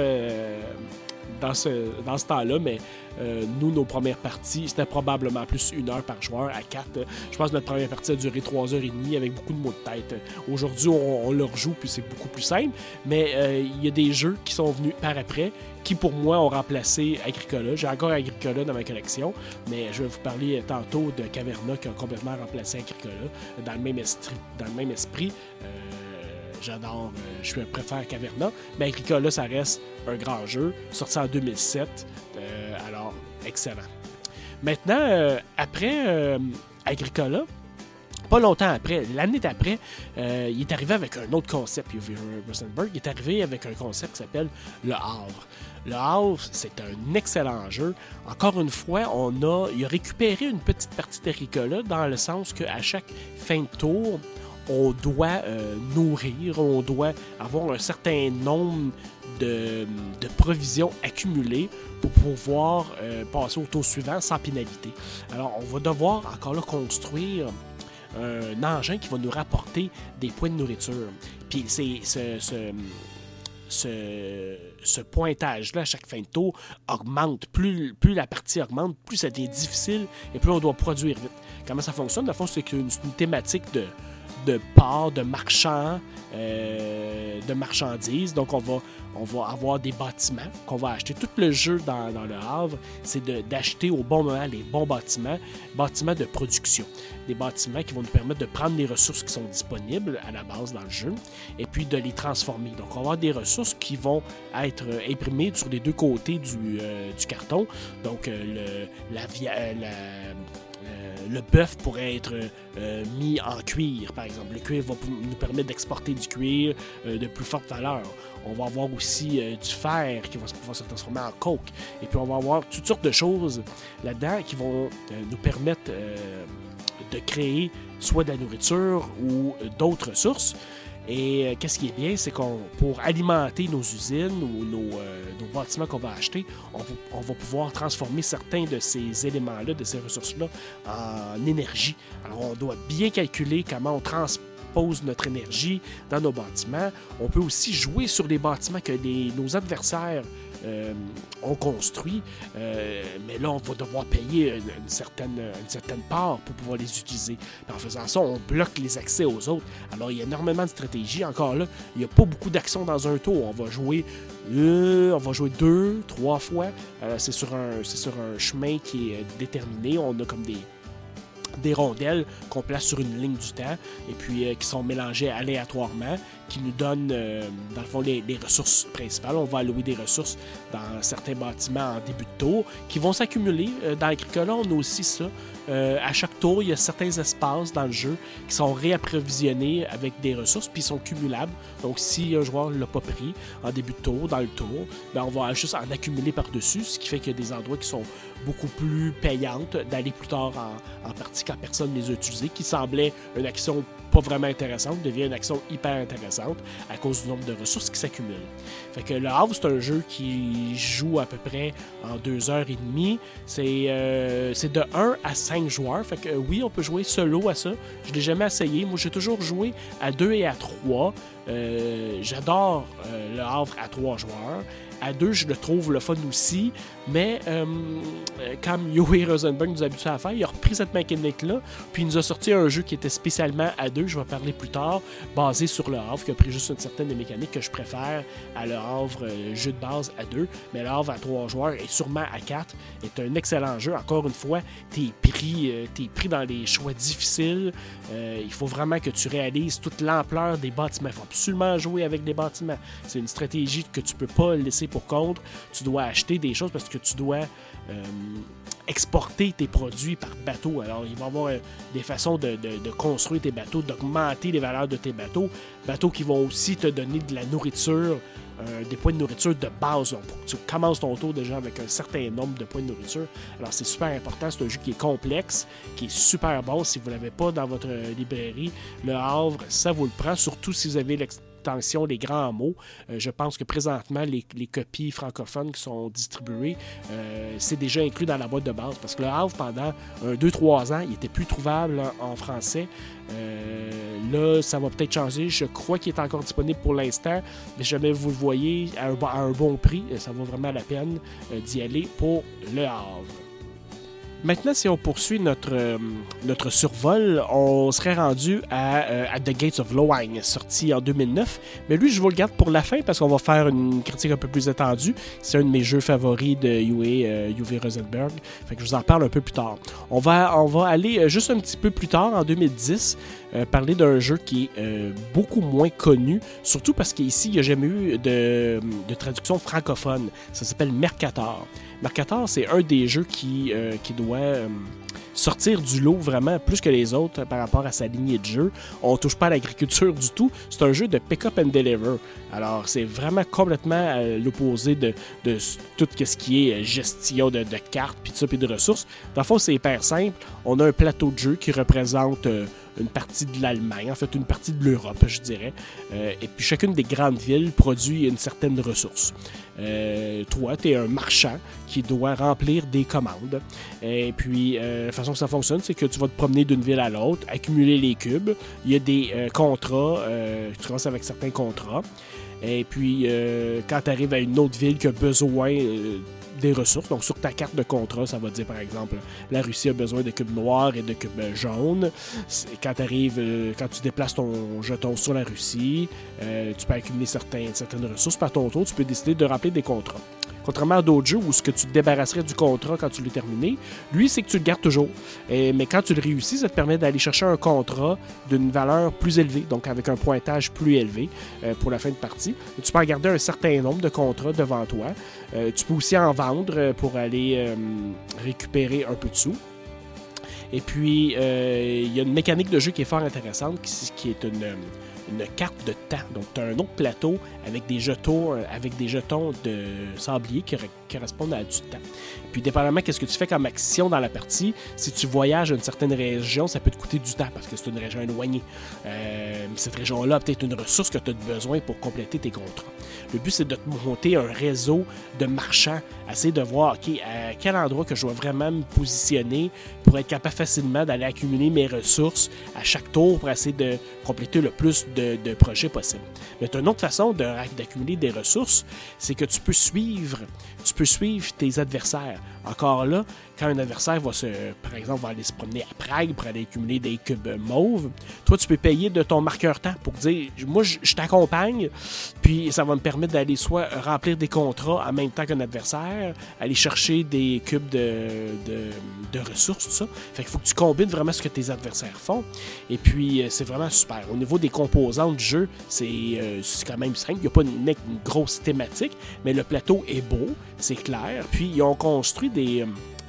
dans ce temps-là, mais nous, nos premières parties, c'était probablement plus 1 heure par joueur à 4. Je pense que notre première partie a duré 3h30 avec beaucoup de mots de tête. Aujourd'hui, on le rejoue, puis c'est beaucoup plus simple, mais il y a des jeux qui sont venus par après, qui pour moi ont remplacé Agricola. J'ai encore Agricola dans ma collection, mais je vais vous parler tantôt de Caverna qui a complètement remplacé Agricola dans le même esprit. J'adore, je préfère Caverna, mais Agricola, ça reste un grand jeu, sorti en 2007, alors excellent. Maintenant, après Agricola, pas longtemps après, l'année d'après, il est arrivé avec un autre concept, Uwe Rosenberg, il est arrivé avec un concept qui s'appelle Le Havre. Le Havre, c'est un excellent jeu. Encore une fois, il a récupéré une petite partie d'Agricola dans le sens qu'à chaque fin de tour, on doit nourrir, on doit avoir un certain nombre de provisions accumulées pour pouvoir passer au tour suivant sans pénalité. Alors, on va devoir encore là construire un engin qui va nous rapporter des points de nourriture. Puis c'est ce pointage-là, à chaque fin de tour, augmente. Plus la partie augmente, plus ça devient difficile et plus on doit produire vite. Comment ça fonctionne? Dans le fond, c'est une thématique de de ports, de marchands, de marchandises. Donc, on va avoir des bâtiments qu'on va acheter. Tout le jeu dans le Havre, c'est d'acheter au bon moment les bons bâtiments de production. Des bâtiments qui vont nous permettre de prendre les ressources qui sont disponibles à la base dans le jeu et puis de les transformer. Donc, on va avoir des ressources qui vont être imprimées sur les deux côtés du carton. Donc, le bœuf pourrait être mis en cuir, par exemple. Le cuir va nous permettre d'exporter du cuir de plus forte valeur. On va avoir aussi du fer qui va pouvoir se transformer en coke. Et puis, on va avoir toutes sortes de choses là-dedans qui vont nous permettre de créer soit de la nourriture ou d'autres ressources. Et qu'est-ce qui est bien, c'est pour alimenter nos usines ou nos bâtiments qu'on va acheter, on va pouvoir transformer certains de ces éléments-là, de ces ressources-là, en énergie. Alors, on doit bien calculer comment on transpose notre énergie dans nos bâtiments. On peut aussi jouer sur les bâtiments que nos adversaires ont construit, mais là, on va devoir payer une certaine part pour pouvoir les utiliser. Puis en faisant ça, on bloque les accès aux autres. Alors, il y a énormément de stratégies. Encore là, il n'y a pas beaucoup d'actions dans un tour. On va jouer 2, 3 fois. C'est sur un chemin qui est déterminé. On a comme des rondelles qu'on place sur une ligne du temps et puis qui sont mélangées aléatoirement, qui nous donnent, dans le fond, les ressources principales. On va allouer des ressources dans certains bâtiments en début de tour qui vont s'accumuler. Dans Agricola, on a aussi ça. À chaque tour, il y a certains espaces dans le jeu qui sont réapprovisionnés avec des ressources, puis ils sont cumulables. Donc, si un joueur ne l'a pas pris en début de tour, dans le tour, ben, on va juste en accumuler par-dessus, ce qui fait qu'il y a des endroits qui sont beaucoup plus payantes d'aller plus tard en partie quand personne ne les a utilisés, qui semblait une action pas vraiment intéressante, devient une action hyper intéressante à cause du nombre de ressources qui s'accumulent. Fait que le Havre, c'est un jeu qui joue à peu près en 2h30. C'est de 1 à 5 joueurs. Fait que oui, on peut jouer solo à ça. Je l'ai jamais essayé. Moi, j'ai toujours joué à 2 et à 3. J'adore le Havre à 3 joueurs. À 2, je le trouve le fun aussi, mais comme Uwe Rosenberg nous habitue à faire, il a repris cette mécanique-là, puis il nous a sorti un jeu qui était spécialement à 2, je vais parler plus tard, basé sur le Havre, qui a pris juste une certaine des mécaniques que je préfère à le Havre, jeu de base à 2, mais le Havre à 3 joueurs et sûrement à 4 est un excellent jeu. Encore une fois, t'es pris dans les choix difficiles. Il faut vraiment que tu réalises toute l'ampleur des bâtiments. Il faut absolument jouer avec des bâtiments. C'est une stratégie que tu peux pas laisser pour compte. Tu dois acheter des choses parce que tu dois exporter tes produits par bateau. Alors, il va y avoir des façons de construire tes bateaux, d'augmenter les valeurs de tes bateaux. Bateaux qui vont aussi te donner de la nourriture, des points de nourriture de base. Donc, tu commences ton tour déjà avec un certain nombre de points de nourriture. Alors, c'est super important. C'est un jeu qui est complexe, qui est super bon. Si vous ne l'avez pas dans votre librairie, le Havre, ça vous le prend, surtout si vous avez l'extension, les grands mots. Je pense que présentement, les copies francophones qui sont distribuées, c'est déjà inclus dans la boîte de base. Parce que le Havre, pendant 2-3 ans, il n'était plus trouvable en français. Là, ça va peut-être changer. Je crois qu'il est encore disponible pour l'instant. Mais si jamais vous le voyez à un bon prix, ça vaut vraiment la peine d'y aller pour le Havre. Maintenant, si on poursuit notre survol, on serait rendu à The Gates of Loaing, sorti en 2009. Mais lui, je vous le garde pour la fin parce qu'on va faire une critique un peu plus étendue. C'est un de mes jeux favoris de Uwe Rosenberg. Fait que je vous en parle un peu plus tard. On va aller juste un petit peu plus tard, en 2010, parler d'un jeu qui est beaucoup moins connu, surtout parce qu'ici, il n'y a jamais eu de traduction francophone. Ça s'appelle Mercator. Mercator, c'est un des jeux qui doit sortir du lot vraiment plus que les autres par rapport à sa lignée de jeu. On ne touche pas à l'agriculture du tout. C'est un jeu de pick-up and deliver. Alors, c'est vraiment complètement à l'opposé de tout ce qui est gestion de cartes, puis de ressources. Dans le fond, c'est hyper simple. On a un plateau de jeu qui représente une partie de l'Allemagne, en fait une partie de l'Europe, je dirais. Et puis chacune des grandes villes produit une certaine ressource. Toi, tu es un marchand qui doit remplir des commandes. Et puis, la façon que ça fonctionne, c'est que tu vas te promener d'une ville à l'autre, accumuler les cubes. Il y a des contrats, tu commences avec certains contrats. Et puis, quand tu arrives à une autre ville qui a besoin des ressources. Donc, sur ta carte de contrat, ça va dire, par exemple, la Russie a besoin de cubes noirs et de cubes jaunes. Quand tu déplaces ton jeton sur la Russie, tu peux accumuler certaines ressources. Par ton tour, tu peux décider de remplir des contrats. Contrairement à d'autres jeux où ce que tu te débarrasserais du contrat quand tu l'as terminé, lui, c'est que tu le gardes toujours. Mais quand tu le réussis, ça te permet d'aller chercher un contrat d'une valeur plus élevée, donc avec un pointage plus élevé pour la fin de partie. Et tu peux en garder un certain nombre de contrats devant toi. Tu peux aussi en vendre pour aller récupérer un peu de sous. Et puis, il y a une mécanique de jeu qui est fort intéressante, qui est une carte de temps. Donc, tu as un autre plateau avec des jetons de sablier qui correspondent à du temps. Puis, dépendamment de ce que tu fais comme action dans la partie, si tu voyages à une certaine région, ça peut te coûter du temps parce que c'est une région éloignée. Cette région-là a peut-être une ressource que tu as besoin pour compléter tes contrats. Le but, c'est de te monter un réseau de marchands, essayer de voir à quel endroit que je dois vraiment me positionner pour être capable facilement d'aller accumuler mes ressources à chaque tour pour essayer de compléter le plus de projets possible. Mais tu as une autre façon d'accumuler des ressources, c'est que tu peux suivre tes adversaires. Encore là, quand un adversaire par exemple, va aller se promener à Prague pour aller accumuler des cubes mauves, toi, tu peux payer de ton marqueur temps pour dire « Moi, je t'accompagne, puis ça va me permettre d'aller soit remplir des contrats en même temps qu'un adversaire, aller chercher des cubes de ressources, tout ça. » Fait qu'il faut que tu combines vraiment ce que tes adversaires font. Et puis, c'est vraiment super. Au niveau des composants du jeu, c'est quand même simple. Il n'y a pas une grosse thématique, mais le plateau est beau, c'est clair. Puis, ils ont construit des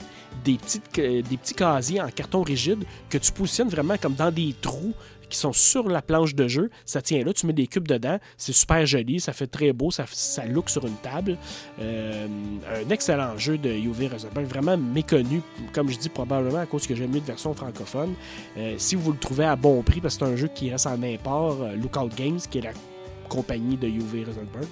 petits casiers en carton rigide que tu positionnes vraiment comme dans des trous qui sont sur la planche de jeu. Ça tient là, tu mets des cubes dedans. C'est super joli, ça fait très beau, ça look sur une table. Un excellent jeu de Uwe Rosenberg, vraiment méconnu, comme je dis, probablement à cause que j'aime mieux de version francophone. Si vous le trouvez à bon prix, parce que c'est un jeu qui reste en import, Lookout Games, qui est la compagnie de Uwe Rosenberg,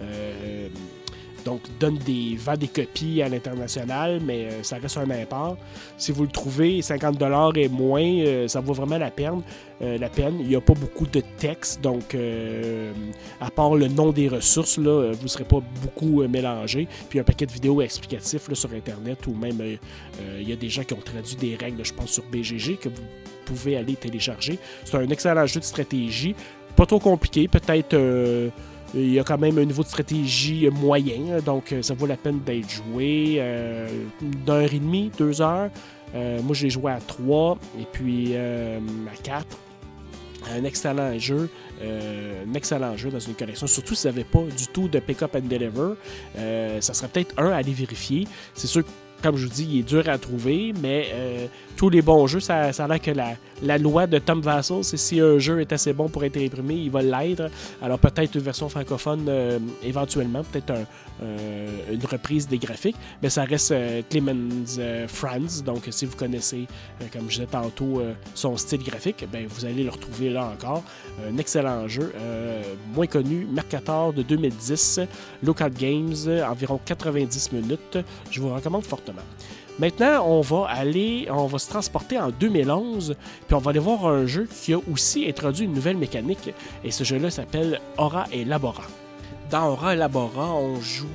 donc, vend des copies à l'international, mais ça reste un import. Si vous le trouvez, 50$ et moins, ça vaut vraiment la peine. Il n'y a pas beaucoup de texte, donc à part le nom des ressources, là, vous ne serez pas beaucoup mélangé. Puis un paquet de vidéos explicatifs là, sur Internet, ou même il y a des gens qui ont traduit des règles, je pense, sur BGG, que vous pouvez aller télécharger. C'est un excellent jeu de stratégie, pas trop compliqué, peut-être... il y a quand même un niveau de stratégie moyen, donc ça vaut la peine d'être joué d'1h30, 2 heures. Moi, j'ai joué à 3 et puis à 4. Un excellent jeu dans une collection, surtout si vous n'avez pas du tout de Pick-up and Deliver. Ça serait peut-être à aller vérifier. C'est sûr que, comme je vous dis, il est dur à trouver, mais tous les bons jeux, ça a l'air que la loi de Tom Vassell, c'est si un jeu est assez bon pour être imprimé, il va l'être. Alors peut-être une version francophone éventuellement, peut-être une reprise des graphiques, mais ça reste Clemens Franz, donc si vous connaissez, comme je disais tantôt, son style graphique, ben, vous allez le retrouver là encore. Un excellent jeu, moins connu, Mercator de 2010, Lookout Games, environ 90 minutes. Je vous recommande fortement. Maintenant, on va se transporter en 2011, puis on va aller voir un jeu qui a aussi introduit une nouvelle mécanique, et ce jeu-là s'appelle Aura et Labora. Dans Aura et Labora, on joue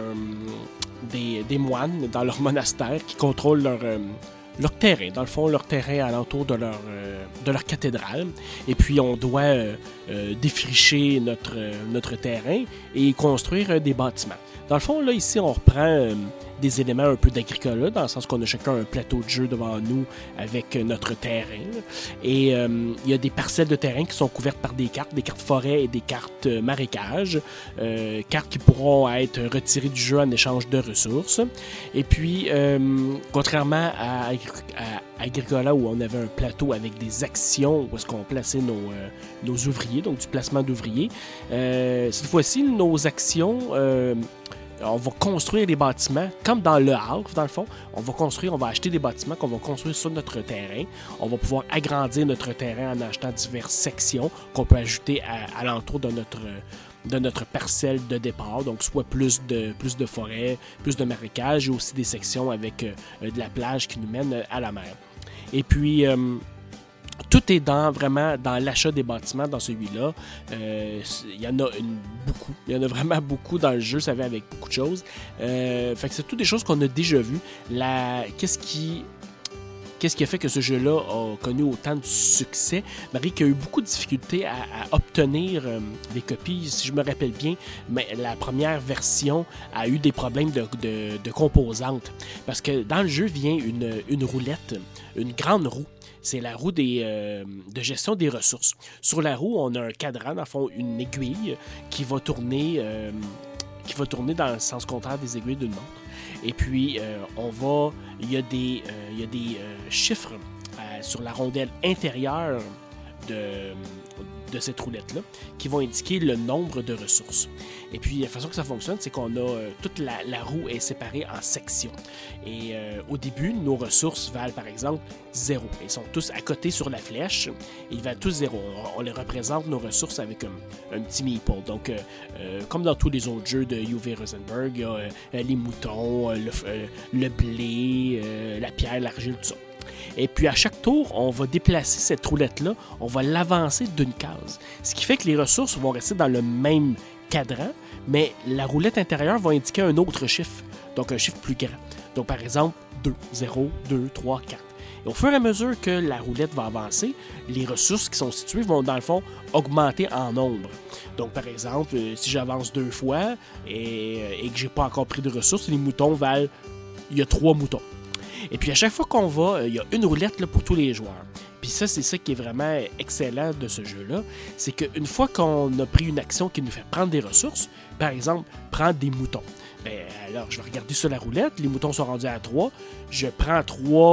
des moines dans leur monastère qui contrôlent leur terrain, dans le fond, leur terrain alentour de leur cathédrale. Et puis, on doit défricher notre terrain et construire des bâtiments. Dans le fond, là, ici, on reprend des éléments un peu d'agricola, dans le sens qu'on a chacun un plateau de jeu devant nous avec notre terrain. Et il y a des parcelles de terrain qui sont couvertes par des cartes forêt et des cartes marécages, cartes qui pourront être retirées du jeu en échange de ressources. Et puis, contrairement à Agricola, où on avait un plateau avec des actions, où est-ce qu'on plaçait nos ouvriers, donc du placement d'ouvriers, cette fois-ci, nos actions... on va construire des bâtiments, comme dans Le Havre, dans le fond. On va acheter des bâtiments qu'on va construire sur notre terrain. On va pouvoir agrandir notre terrain en achetant diverses sections qu'on peut ajouter à l'entour de notre parcelle de départ. Donc, soit plus de forêt, plus de marécages, et aussi des sections avec de la plage qui nous mène à la mer. Et puis... Tout est vraiment dans l'achat des bâtiments dans celui-là. Il y en a beaucoup. Il y en a vraiment beaucoup dans le jeu, ça va avec beaucoup de choses. Fait que c'est toutes des choses qu'on a déjà vues. Qu'est-ce qui a fait que ce jeu-là a connu autant de succès? Marie, qui a eu beaucoup de difficultés à obtenir des copies, si je me rappelle bien, mais la première version a eu des problèmes de composantes. Parce que dans le jeu vient une roulette, une grande roue. C'est la roue de gestion des ressources. Sur la roue, on a un cadran, dans le fond, une aiguille qui va tourner dans le sens contraire des aiguilles d'une montre. Et puis, il y a des chiffres sur la rondelle intérieure de cette roulette-là qui vont indiquer le nombre de ressources. Et puis, la façon que ça fonctionne, c'est qu'on a toute la roue est séparée en sections. Et au début, nos ressources valent, par exemple, 0. Ils sont tous à côté sur la flèche. Et ils valent tous 0. On les représente, nos ressources, avec un petit meeple. Donc, comme dans tous les autres jeux de Uwe Rosenberg, il y a les moutons, le blé, la pierre, l'argile, tout ça. Et puis, à chaque tour, on va déplacer cette roulette-là, on va l'avancer d'une case. Ce qui fait que les ressources vont rester dans le même cadran, mais la roulette intérieure va indiquer un autre chiffre, donc un chiffre plus grand. Donc, par exemple, 2, 0, 2, 3, 4. Et au fur et à mesure que la roulette va avancer, les ressources qui sont situées vont, dans le fond, augmenter en nombre. Donc, par exemple, si j'avance 2 fois et que j'ai pas encore pris de ressources, les moutons valent... Il y a 3 moutons. Et puis, à chaque fois qu'on va, il y a une roulette là, pour tous les joueurs. Puis ça, c'est ça qui est vraiment excellent de ce jeu-là. C'est qu'une fois qu'on a pris une action qui nous fait prendre des ressources, par exemple, prendre des moutons. Bien, alors, je vais regarder sur la roulette. Les moutons sont rendus à 3. J'obtiens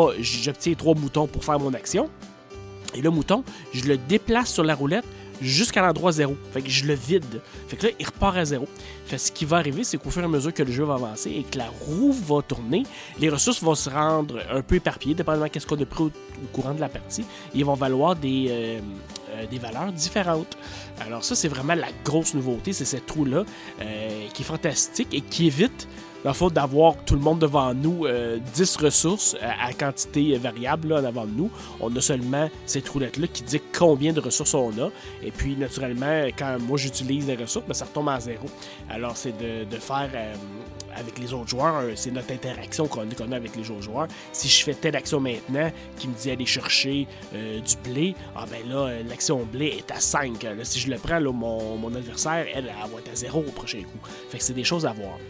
3 moutons pour faire mon action. Et le mouton, je le déplace sur la roulette jusqu'à l'endroit 0. Fait que je le vide. Fait que là, il repart à 0. Fait que ce qui va arriver, c'est qu'au fur et à mesure que le jeu va avancer et que la roue va tourner, les ressources vont se rendre un peu éparpillées, dépendamment de ce qu'on a pris au courant de la partie. Ils vont valoir des valeurs différentes. Alors ça, c'est vraiment la grosse nouveauté, c'est cette roue-là qui est fantastique et qui évite, dans le fond, d'avoir tout le monde devant nous 10 ressources à quantité variable là, devant nous. On a seulement cette roulette-là qui dit combien de ressources on a. Et puis, naturellement, quand moi j'utilise les ressources, ben, ça retombe à 0. Alors, c'est de faire avec les autres joueurs, c'est notre interaction qu'on a avec les autres joueurs. Si je fais telle action maintenant qui me dit aller chercher du blé, ah ben là, l'action blé est à 5. Là, si je le prends, là, mon adversaire, elle va être à 0 au prochain coup. Fait que c'est des choses à voir.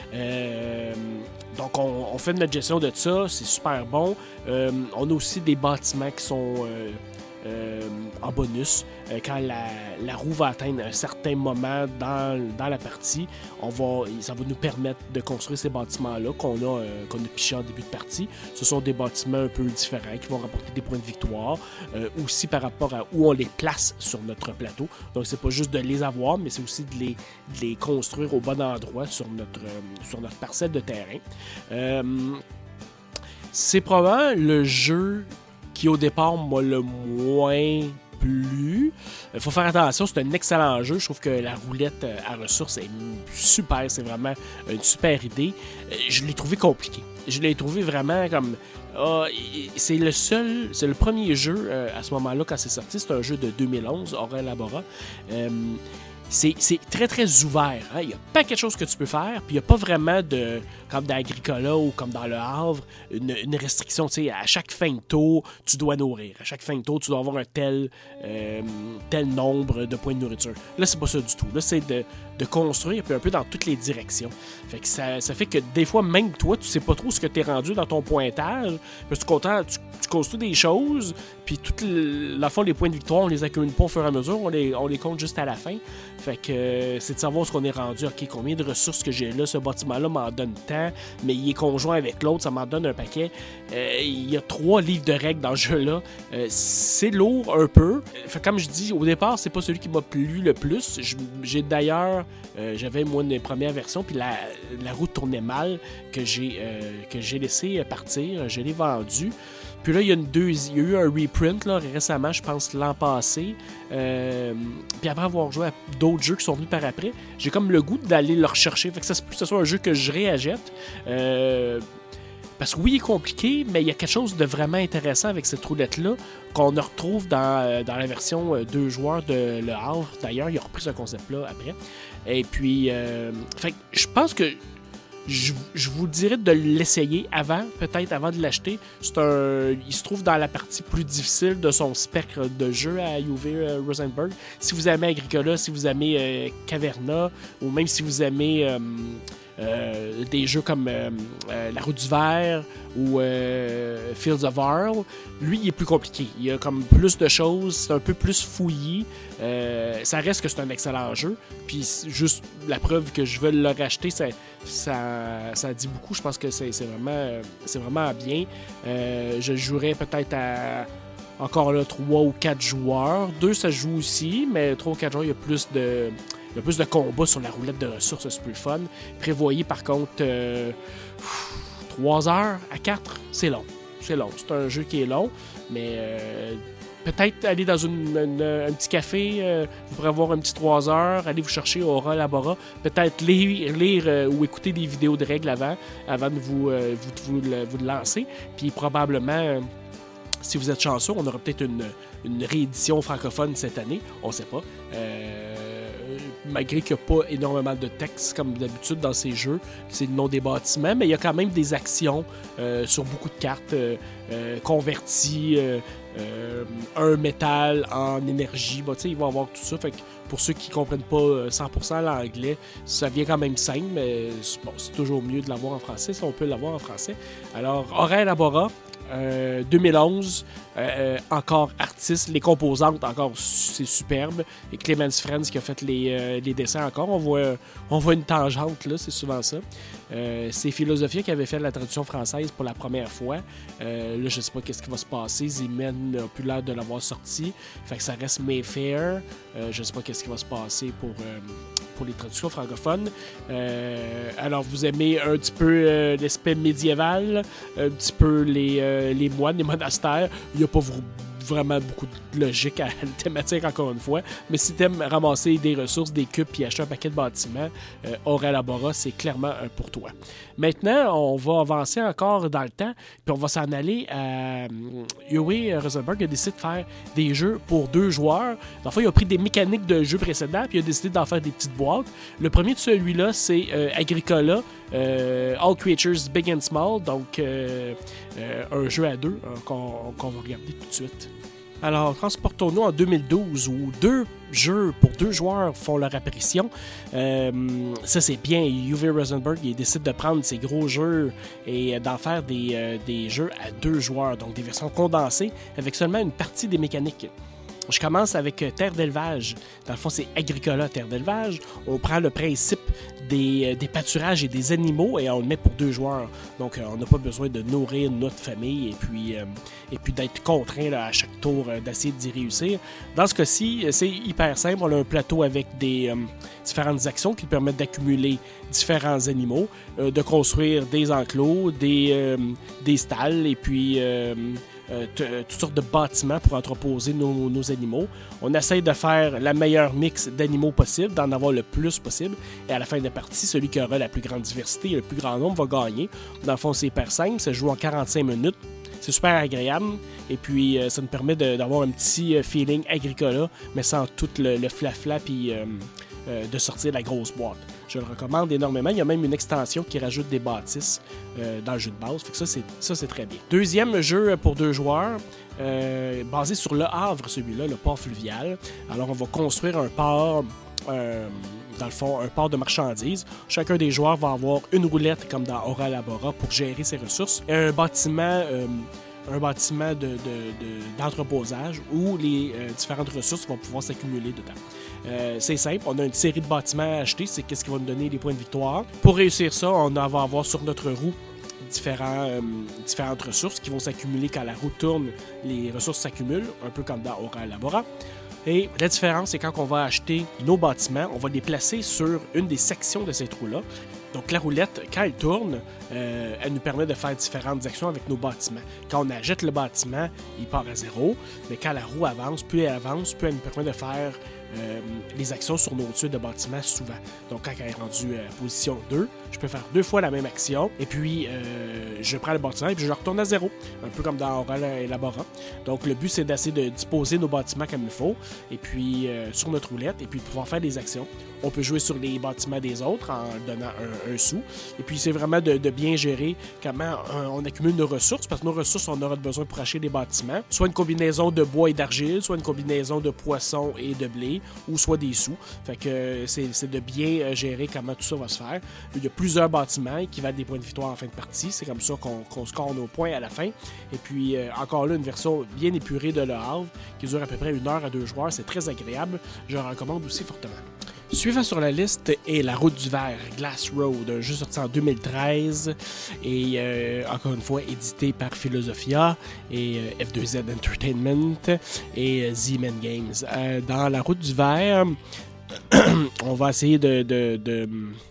Donc on fait notre gestion de ça, c'est super bon. On a aussi des bâtiments qui sont en bonus. Quand la roue va atteindre un certain moment dans la partie, ça va nous permettre de construire ces bâtiments-là qu'on a pichés en début de partie. Ce sont des bâtiments un peu différents qui vont rapporter des points de victoire, aussi par rapport à où on les place sur notre plateau. Donc c'est pas juste de les avoir, mais c'est aussi de les construire au bon endroit sur notre parcelle de terrain. C'est probablement le jeu qui au départ m'a le moins plu. Il faut faire attention, c'est un excellent jeu. Je trouve que la roulette à ressources est super, c'est vraiment une super idée. Je l'ai trouvé compliqué. Je l'ai trouvé vraiment comme... c'est le premier jeu à ce moment-là quand c'est sorti. C'est un jeu de 2011, Aura Elabora. C'est très, très ouvert. Hein? Il y a pas quelque chose que tu peux faire, puis il n'y a pas vraiment comme dans Agricola ou comme dans Le Havre, une restriction. Tu sais, à chaque fin de tour, tu dois nourrir. À chaque fin de tour, tu dois avoir un tel nombre de points de nourriture. Là, c'est pas ça du tout. Là, c'est de construire, puis un peu dans toutes les directions. Fait que ça fait que des fois, même toi, tu sais pas trop ce que tu es rendu dans ton pointage. Parce que tu construis des choses, puis la fond, les points de victoire, on les accumule pas au fur et à mesure, on les compte juste à la fin. Fait que c'est de savoir ce qu'on est rendu. OK, combien de ressources que j'ai là, ce bâtiment-là m'en donne tant, mais il est conjoint avec l'autre, ça m'en donne un paquet. Il y a 3 livres de règles dans ce jeu-là. C'est lourd un peu. Fait que comme je dis, au départ, c'est pas celui qui m'a plu le plus. J'ai d'ailleurs, j'avais moi une première version, puis la roue tournait mal, que j'ai laissé partir. Je l'ai vendu. Puis là, il y a eu un reprint là, récemment, je pense l'an passé. Puis après avoir joué à d'autres jeux qui sont venus par après, j'ai comme le goût d'aller le rechercher. Fait que ça se peut que ce soit un jeu que je réachète. Parce que oui, il est compliqué, mais il y a quelque chose de vraiment intéressant avec cette roulette-là qu'on retrouve dans la version 2 joueurs de Le Havre. D'ailleurs, il a repris ce concept-là après. Et puis, fait, je pense que je vous dirais de l'essayer peut-être avant de l'acheter. Il se trouve dans la partie plus difficile de son spectre de jeu à UV Rosenberg. Si vous aimez Agricola, si vous aimez Caverna, ou même si vous aimez des jeux comme La Route du Verre ou Fields of Arle, lui, il est plus compliqué. Il y a comme plus de choses, c'est un peu plus fouillis. Ça reste que c'est un excellent jeu. Puis juste la preuve que je veux le racheter, ça dit beaucoup. Je pense que c'est vraiment bien. Je jouerais peut-être à encore là 3 ou 4 joueurs. 2, ça joue aussi, mais 3 ou 4 joueurs, il y a plus de combats sur la roulette de ressources, c'est plus fun. Prévoyez par contre 3 heures à 4, c'est long. C'est un jeu qui est long, mais peut-être aller dans un petit café, vous pourrez avoir un petit 3 heures, allez vous chercher Aura Labora, peut-être lire ou écouter des vidéos de règles avant de vous le lancer. Puis probablement, si vous êtes chanceux, on aura peut-être une réédition francophone cette année, on ne sait pas. Malgré qu'il n'y a pas énormément de texte comme d'habitude dans ces jeux, c'est le nom des bâtiments, mais il y a quand même des actions sur beaucoup de cartes converties, un métal en énergie. Bon, ils vont avoir tout ça. Fait que pour ceux qui ne comprennent pas 100% l'anglais, ça vient quand même simple, mais bon, c'est toujours mieux de l'avoir en français, si on peut l'avoir en français. Alors, Aura Elabora, 2011, encore artiste, les composantes encore, c'est superbe, et Clemens Franz qui a fait les dessins encore, on voit une tangente là, c'est souvent ça. C'est Philosophia qui avait fait la traduction française pour la première fois. Là, je sais pas qu'est-ce qui va se passer, Zeman n'a plus l'air de l'avoir sorti, fait que ça reste Mayfair. Je sais pas qu'est-ce qui va se passer pour les traductions francophones. Alors, vous aimez un petit peu l'aspect médiéval, un petit peu les moines, les monastères. Il n'y a pas vraiment beaucoup de logique à la thématique, encore une fois. Mais si tu aimes ramasser des ressources, des cubes puis acheter un paquet de bâtiments, Aura Elabora, c'est clairement un pour toi. Maintenant, on va avancer encore dans le temps, puis on va s'en aller à UV Rosenberg a décidé de faire des jeux pour 2 joueurs. Dans le fond, il a pris des mécaniques de jeux précédents, puis il a décidé d'en faire des petites boîtes. Le premier de celui-là, c'est Agricola, All Creatures Big and Small, donc un jeu à 2 qu'on va regarder tout de suite. Alors, transportons-nous en 2012 où 2 jeux pour 2 joueurs font leur apparition. Ça, c'est bien. UV Rosenberg, il décide de prendre ces gros jeux et d'en faire des jeux à 2 joueurs, donc des versions condensées avec seulement une partie des mécaniques. Je commence avec Terre d'élevage. Dans le fond, c'est Agricola, Terre d'élevage. On prend le principe des pâturages et des animaux et on le met pour 2 joueurs. Donc, on n'a pas besoin de nourrir notre famille et puis d'être contraint là, à chaque tour d'essayer d'y réussir. Dans ce cas-ci, c'est hyper simple. On a un plateau avec des différentes actions qui permettent d'accumuler différents animaux, de construire des enclos, des stalles et puis toutes sortes de bâtiments pour entreposer nos animaux. On essaie de faire la meilleure mix d'animaux possible, d'en avoir le plus possible. Et à la fin de la partie, celui qui aura la plus grande diversité et le plus grand nombre va gagner. Dans le fond, c'est hyper simple. Ça joue en 45 minutes. C'est super agréable. Et puis, ça nous permet d'avoir un petit feeling Agricola, mais sans tout le flafla puis de sortir la grosse boîte. Je le recommande énormément. Il y a même une extension qui rajoute des bâtisses dans le jeu de base. Fait que ça, c'est très bien. Deuxième jeu pour 2 joueurs, basé sur Le Havre, celui-là, le port fluvial. Alors, on va construire un port, dans le fond, un port de marchandises. Chacun des joueurs va avoir une roulette, comme dans Aura Elabora, pour gérer ses ressources. Et un bâtiment d'entreposage où les différentes ressources vont pouvoir s'accumuler dedans. C'est simple, on a une série de bâtiments à acheter, c'est qu'est-ce qui va nous donner les points de victoire. Pour réussir ça, on va avoir sur notre roue différentes ressources qui vont s'accumuler quand la roue tourne, les ressources s'accumulent, un peu comme dans Aura Elabora. Et la différence, c'est quand on va acheter nos bâtiments, on va les placer sur une des sections de cette roue-là. Donc la roulette, quand elle tourne, elle nous permet de faire différentes actions avec nos bâtiments. Quand on achète le bâtiment, il part à 0, mais quand la roue avance, plus elle nous permet de faire les actions sur nos tuiles de bâtiment souvent. Donc, quand elle est rendue à position 2, je peux faire 2 fois la même action. Et puis, je prends le bâtiment et puis je retourne à 0. Un peu comme dans Aura Elabora. Donc, le but, c'est d'essayer de disposer nos bâtiments comme il faut. Et puis, sur notre roulette. Et puis, de pouvoir faire des actions. On peut jouer sur les bâtiments des autres en donnant un sou. Et puis, c'est vraiment de bien gérer comment on accumule nos ressources. Parce que nos ressources, on aura besoin pour acheter des bâtiments. Soit une combinaison de bois et d'argile, soit une combinaison de poissons et de blé, ou soit des sous. Fait que c'est de bien gérer comment tout ça va se faire. Il y a plusieurs bâtiments qui valent des points de victoire en fin de partie. C'est comme ça qu'on score nos points à la fin. Et puis, encore là, une version bien épurée de Le Havre qui dure à peu près 1 heure à 2 joueurs. C'est très agréable. Je le recommande aussi fortement. Suivant sur la liste est La Route du Verre, Glass Road, un jeu sorti en 2013 et encore une fois édité par Philosophia et F2Z Entertainment et Z-Man Games. Dans La Route du Verre, on va essayer de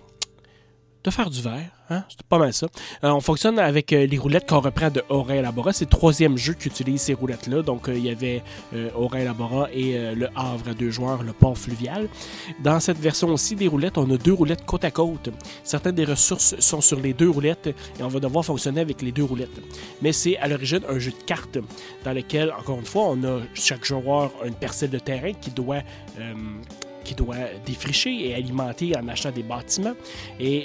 faire du verre, hein? C'est pas mal ça. On fonctionne avec les roulettes qu'on reprend de Aura Elabora. C'est le 3e jeu qui utilise ces roulettes-là. Donc, il y avait Aura Elabora et Le Havre à 2 joueurs, le port fluvial. Dans cette version aussi des roulettes, on a 2 roulettes côte à côte. Certaines des ressources sont sur les 2 roulettes et on va devoir fonctionner avec les 2 roulettes. Mais c'est à l'origine un jeu de cartes dans lequel, encore une fois, on a chaque joueur une parcelle de terrain qui doit défricher et alimenter en achetant des bâtiments. Et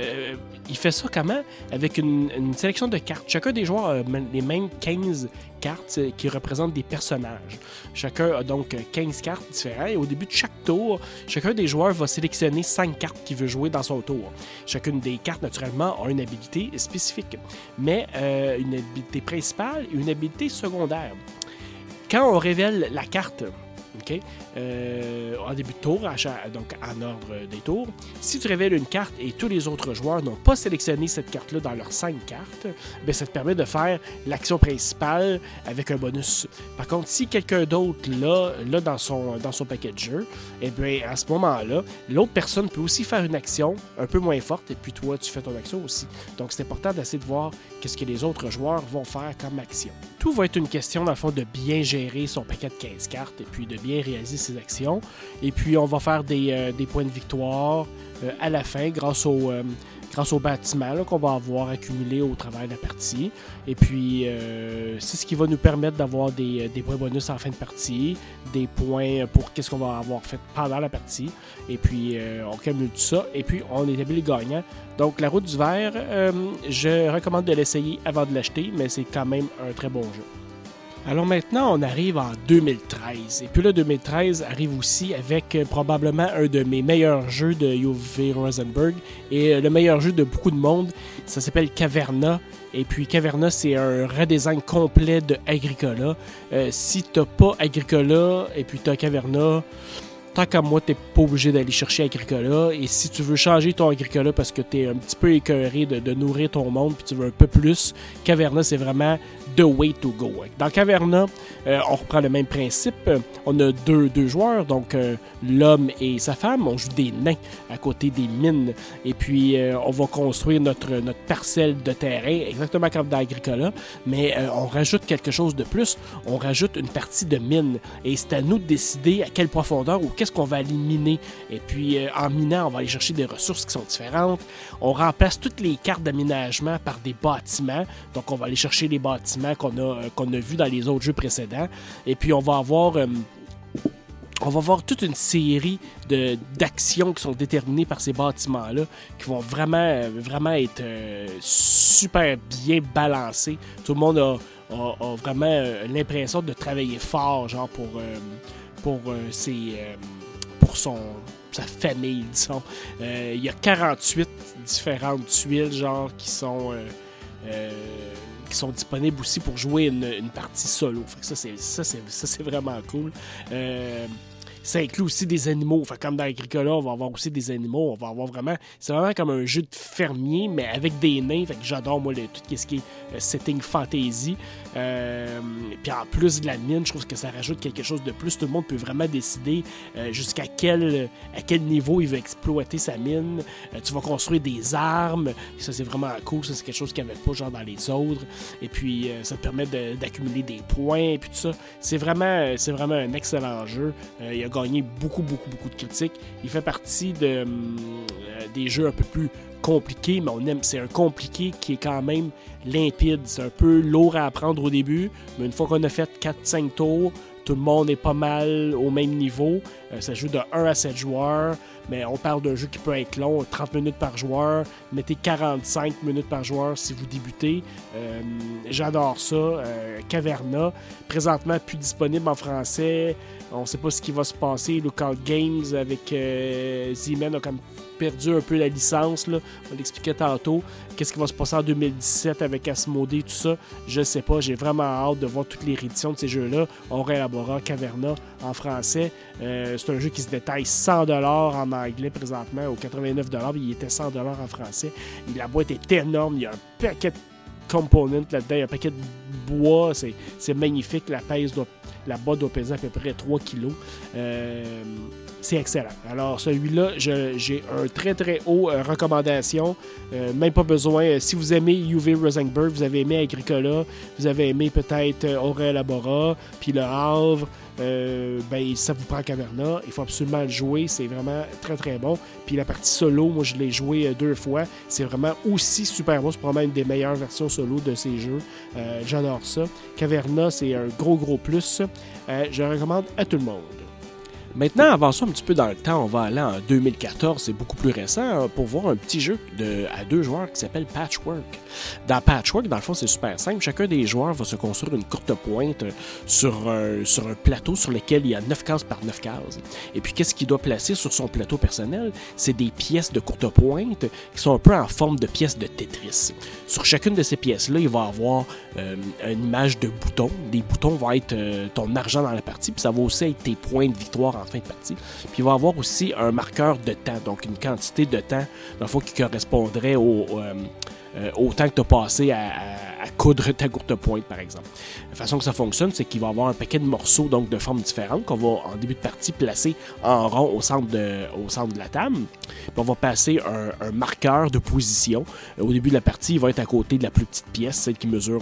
il fait ça comment? Avec une sélection de cartes. Chacun des joueurs a les mêmes 15 cartes qui représentent des personnages. Chacun a donc 15 cartes différentes et au début de chaque tour, chacun des joueurs va sélectionner 5 cartes qu'il veut jouer dans son tour. Chacune des cartes, naturellement, a une habilité spécifique, mais une habilité principale et une habilité secondaire. Quand on révèle la carte, OK? En début de tour, donc en ordre des tours. Si tu révèles une carte et tous les autres joueurs n'ont pas sélectionné cette carte-là dans leurs 5 cartes, bien, ça te permet de faire l'action principale avec un bonus. Par contre, si quelqu'un d'autre l'a dans son paquet de jeu, eh bien, à ce moment-là, l'autre personne peut aussi faire une action un peu moins forte et puis toi, tu fais ton action aussi. Donc, c'est important d'essayer de voir qu'est-ce que les autres joueurs vont faire comme action. Tout va être une question, dans le fond, de bien gérer son paquet de 15 cartes et puis de bien réaliser ses actions. Et puis, on va faire des points de victoire à la fin grâce au bâtiment là, qu'on va avoir accumulé au travers de la partie. Et puis, c'est ce qui va nous permettre d'avoir des points bonus en fin de partie, des points pour qu'est-ce qu'on va avoir fait pendant la partie. Et puis, on cumule tout ça. Et puis, on établit les gagnants. Donc, La Route du Verre, je recommande de l'essayer avant de l'acheter, mais c'est quand même un très bon jeu. Alors maintenant, on arrive en 2013. Et puis là, 2013 arrive aussi avec probablement un de mes meilleurs jeux de Uwe Rosenberg et le meilleur jeu de beaucoup de monde. Ça s'appelle Caverna. Et puis Caverna, c'est un redesign complet de Agricola. Si t'as pas Agricola et puis t'as Caverna, tant qu'à moi, t'es pas obligé d'aller chercher Agricola. Et si tu veux changer ton Agricola parce que t'es un petit peu écœuré de nourrir ton monde puis tu veux un peu plus, Caverna, c'est vraiment the way to go. Dans Caverna, on reprend le même principe. On a deux joueurs, donc l'homme et sa femme. On joue des nains à côté des mines. Et puis, on va construire notre parcelle de terrain, exactement comme dans Agricola. Mais on rajoute quelque chose de plus. On rajoute une partie de mine. Et c'est à nous de décider à quelle profondeur ou qu'est-ce qu'on va aller miner. Et puis, en minant, on va aller chercher des ressources qui sont différentes. On remplace toutes les cartes d'aménagement par des bâtiments. Donc, on va aller chercher les bâtiments qu'on a vus dans les autres jeux précédents. Et puis, on va avoir toute une série d'actions qui sont déterminées par ces bâtiments-là, qui vont vraiment, vraiment être super bien balancées. Tout le monde a vraiment l'impression de travailler fort, genre pour sa famille, disons. Il y a 48 différentes tuiles, genre, qui sont disponibles aussi pour jouer une partie solo. Fait que ça, c'est vraiment cool. Ça inclut aussi des animaux. Fait comme dans Agricola, on va avoir aussi des animaux. On va avoir vraiment... C'est vraiment comme un jeu de fermier, mais avec des nains. Fait que j'adore, moi, tout ce qui est setting fantasy. Puis en plus de la mine, je trouve que ça rajoute quelque chose de plus. Tout le monde peut vraiment décider jusqu'à quel niveau il veut exploiter sa mine. Tu vas construire des armes. Ça, c'est vraiment cool. Ça, c'est quelque chose qu'il n'y avait pas genre dans les autres. Et puis, ça te permet d'accumuler des points. Et puis tout ça. C'est vraiment un excellent jeu. Il y a gagné beaucoup de critiques. Il fait partie des jeux un peu plus compliqués, mais c'est un compliqué qui est quand même limpide. C'est un peu lourd à apprendre au début, mais une fois qu'on a fait 4-5 tours, tout le monde est pas mal au même niveau. Ça joue de 1 à 7 joueurs, mais on parle d'un jeu qui peut être long, 30 minutes par joueur. Mettez 45 minutes par joueur si vous débutez. J'adore ça. Caverna, présentement plus disponible en français. On ne sait pas ce qui va se passer. Lookout Games avec Z-Man a comme perdu un peu la licence, là. On l'expliquait tantôt. Qu'est-ce qui va se passer en 2017 avec Asmodée, tout ça, je sais pas. J'ai vraiment hâte de voir toutes les rééditions de ces jeux-là. Aura Elabora, Caverna en français. C'est un jeu qui se détaille 100$ en anglais présentement, au 89$. Il était 100$ en français. Et la boîte est énorme. Il y a un paquet de components là-dedans. Il y a un paquet de bois. C'est magnifique. La boîte doit peser à peu près 3 kilos. C'est excellent. Alors, celui-là, j'ai un très haut recommandation. Même pas besoin. Si vous aimez UV Rosenberg, vous avez aimé Agricola, vous avez aimé peut-être Aura Elabora, puis Le Havre, ça vous prend Caverna. Il faut absolument le jouer. C'est vraiment très bon. Puis la partie solo, moi, je l'ai joué 2 fois. C'est vraiment aussi super bon. C'est probablement une des meilleures versions solo de ces jeux. J'adore ça. Caverna, c'est un gros plus. Je le recommande à tout le monde. Maintenant, avançons un petit peu dans le temps. On va aller en 2014, c'est beaucoup plus récent, pour voir un petit jeu à 2 joueurs qui s'appelle Patchwork. Dans Patchwork, dans le fond, c'est super simple. Chacun des joueurs va se construire une courte pointe sur un plateau sur lequel il y a 9 cases par 9 cases. Et puis, qu'est-ce qu'il doit placer sur son plateau personnel? C'est des pièces de courte pointe qui sont un peu en forme de pièces de Tetris. Sur chacune de ces pièces-là, il va y avoir une image de boutons. Des boutons vont être ton argent dans la partie, puis ça va aussi être tes points de victoire en fin de partie. Puis il va y avoir aussi un marqueur de temps, donc une quantité de temps, dans le fond, qui correspondrait au temps que tu as passé à coudre ta courte pointe, par exemple. La façon que ça fonctionne, c'est qu'il va y avoir un paquet de morceaux, donc de formes différentes, qu'on va, en début de partie, placer en rond au centre de la table. Puis on va passer un marqueur de position. Au début de la partie, il va être à côté de la plus petite pièce, celle qui mesure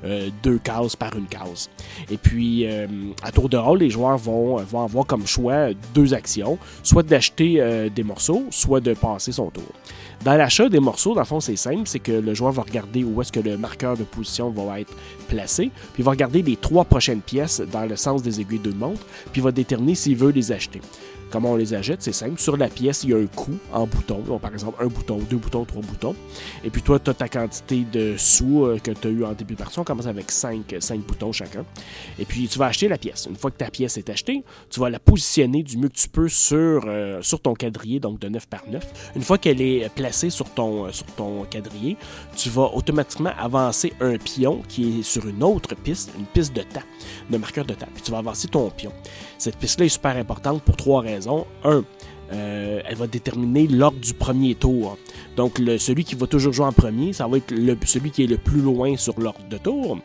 2 cases par une case. Et puis, à tour de rôle, les joueurs vont avoir comme choix 2 actions, soit d'acheter des morceaux, soit de passer son tour. Dans l'achat des morceaux, dans le fond, c'est simple, c'est que le joueur va regarder où est-ce que le marqueur de position va être placé, puis il va regarder les 3 prochaines pièces dans le sens des aiguilles d'une montre, puis il va déterminer s'il veut les acheter. Comment on les achète? C'est simple. Sur la pièce, il y a un coût en boutons. Donc, par exemple, 1 bouton, 2 boutons, 3 boutons. Et puis toi, tu as ta quantité de sous que tu as eu en début de partie. On commence avec 5 boutons chacun. Et puis, tu vas acheter la pièce. Une fois que ta pièce est achetée, tu vas la positionner du mieux que tu peux sur ton quadrillé, donc de 9 par 9. Une fois qu'elle est placée sur ton quadrillé, tu vas automatiquement avancer un pion qui est sur une autre piste, une piste de temps, de marqueur de temps. Puis tu vas avancer ton pion. Cette piste-là est super importante pour 3 raisons. 1, elle va déterminer l'ordre du premier tour. Donc, celui qui va toujours jouer en premier, ça va être celui qui est le plus loin sur l'ordre de tour.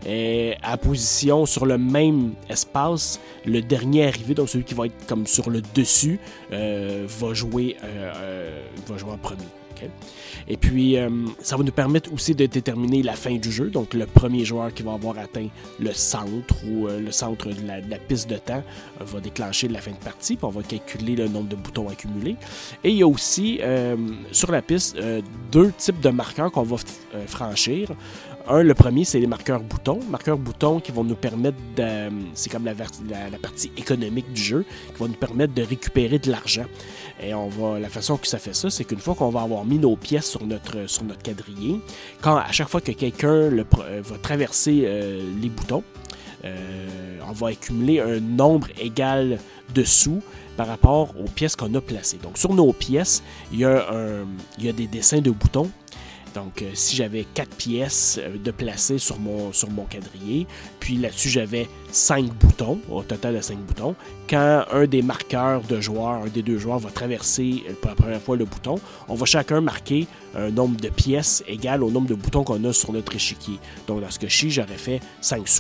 À position sur le même espace, le dernier arrivé, donc celui qui va être comme sur le dessus, va jouer en premier. Okay? Et puis, ça va nous permettre aussi de déterminer la fin du jeu. Donc, le premier joueur qui va avoir atteint le centre ou le centre de la piste de temps va déclencher la fin de partie. Puis, on va calculer le nombre de boutons accumulés. Et il y a aussi, sur la piste, 2 types de marqueurs qu'on va franchir. Le premier, c'est les marqueurs boutons. Marqueurs boutons qui vont nous permettre c'est comme la partie économique du jeu, qui va nous permettre de récupérer de l'argent. Et la façon que ça fait ça, c'est qu'une fois qu'on va avoir mis nos pièces sur notre quadrillé, à chaque fois que quelqu'un va traverser les boutons, on va accumuler un nombre égal de sous par rapport aux pièces qu'on a placées. Donc, sur nos pièces, il y a des dessins de boutons. Donc, si j'avais 4 pièces de placer sur mon quadrillé, puis là-dessus, j'avais 5 boutons, au total de 5 boutons, quand un des marqueurs de joueurs, un des 2 joueurs va traverser pour la première fois le bouton, on va chacun marquer un nombre de pièces égal au nombre de boutons qu'on a sur notre échiquier. Donc, dans ce cas-ci, j'aurais fait 5 sous.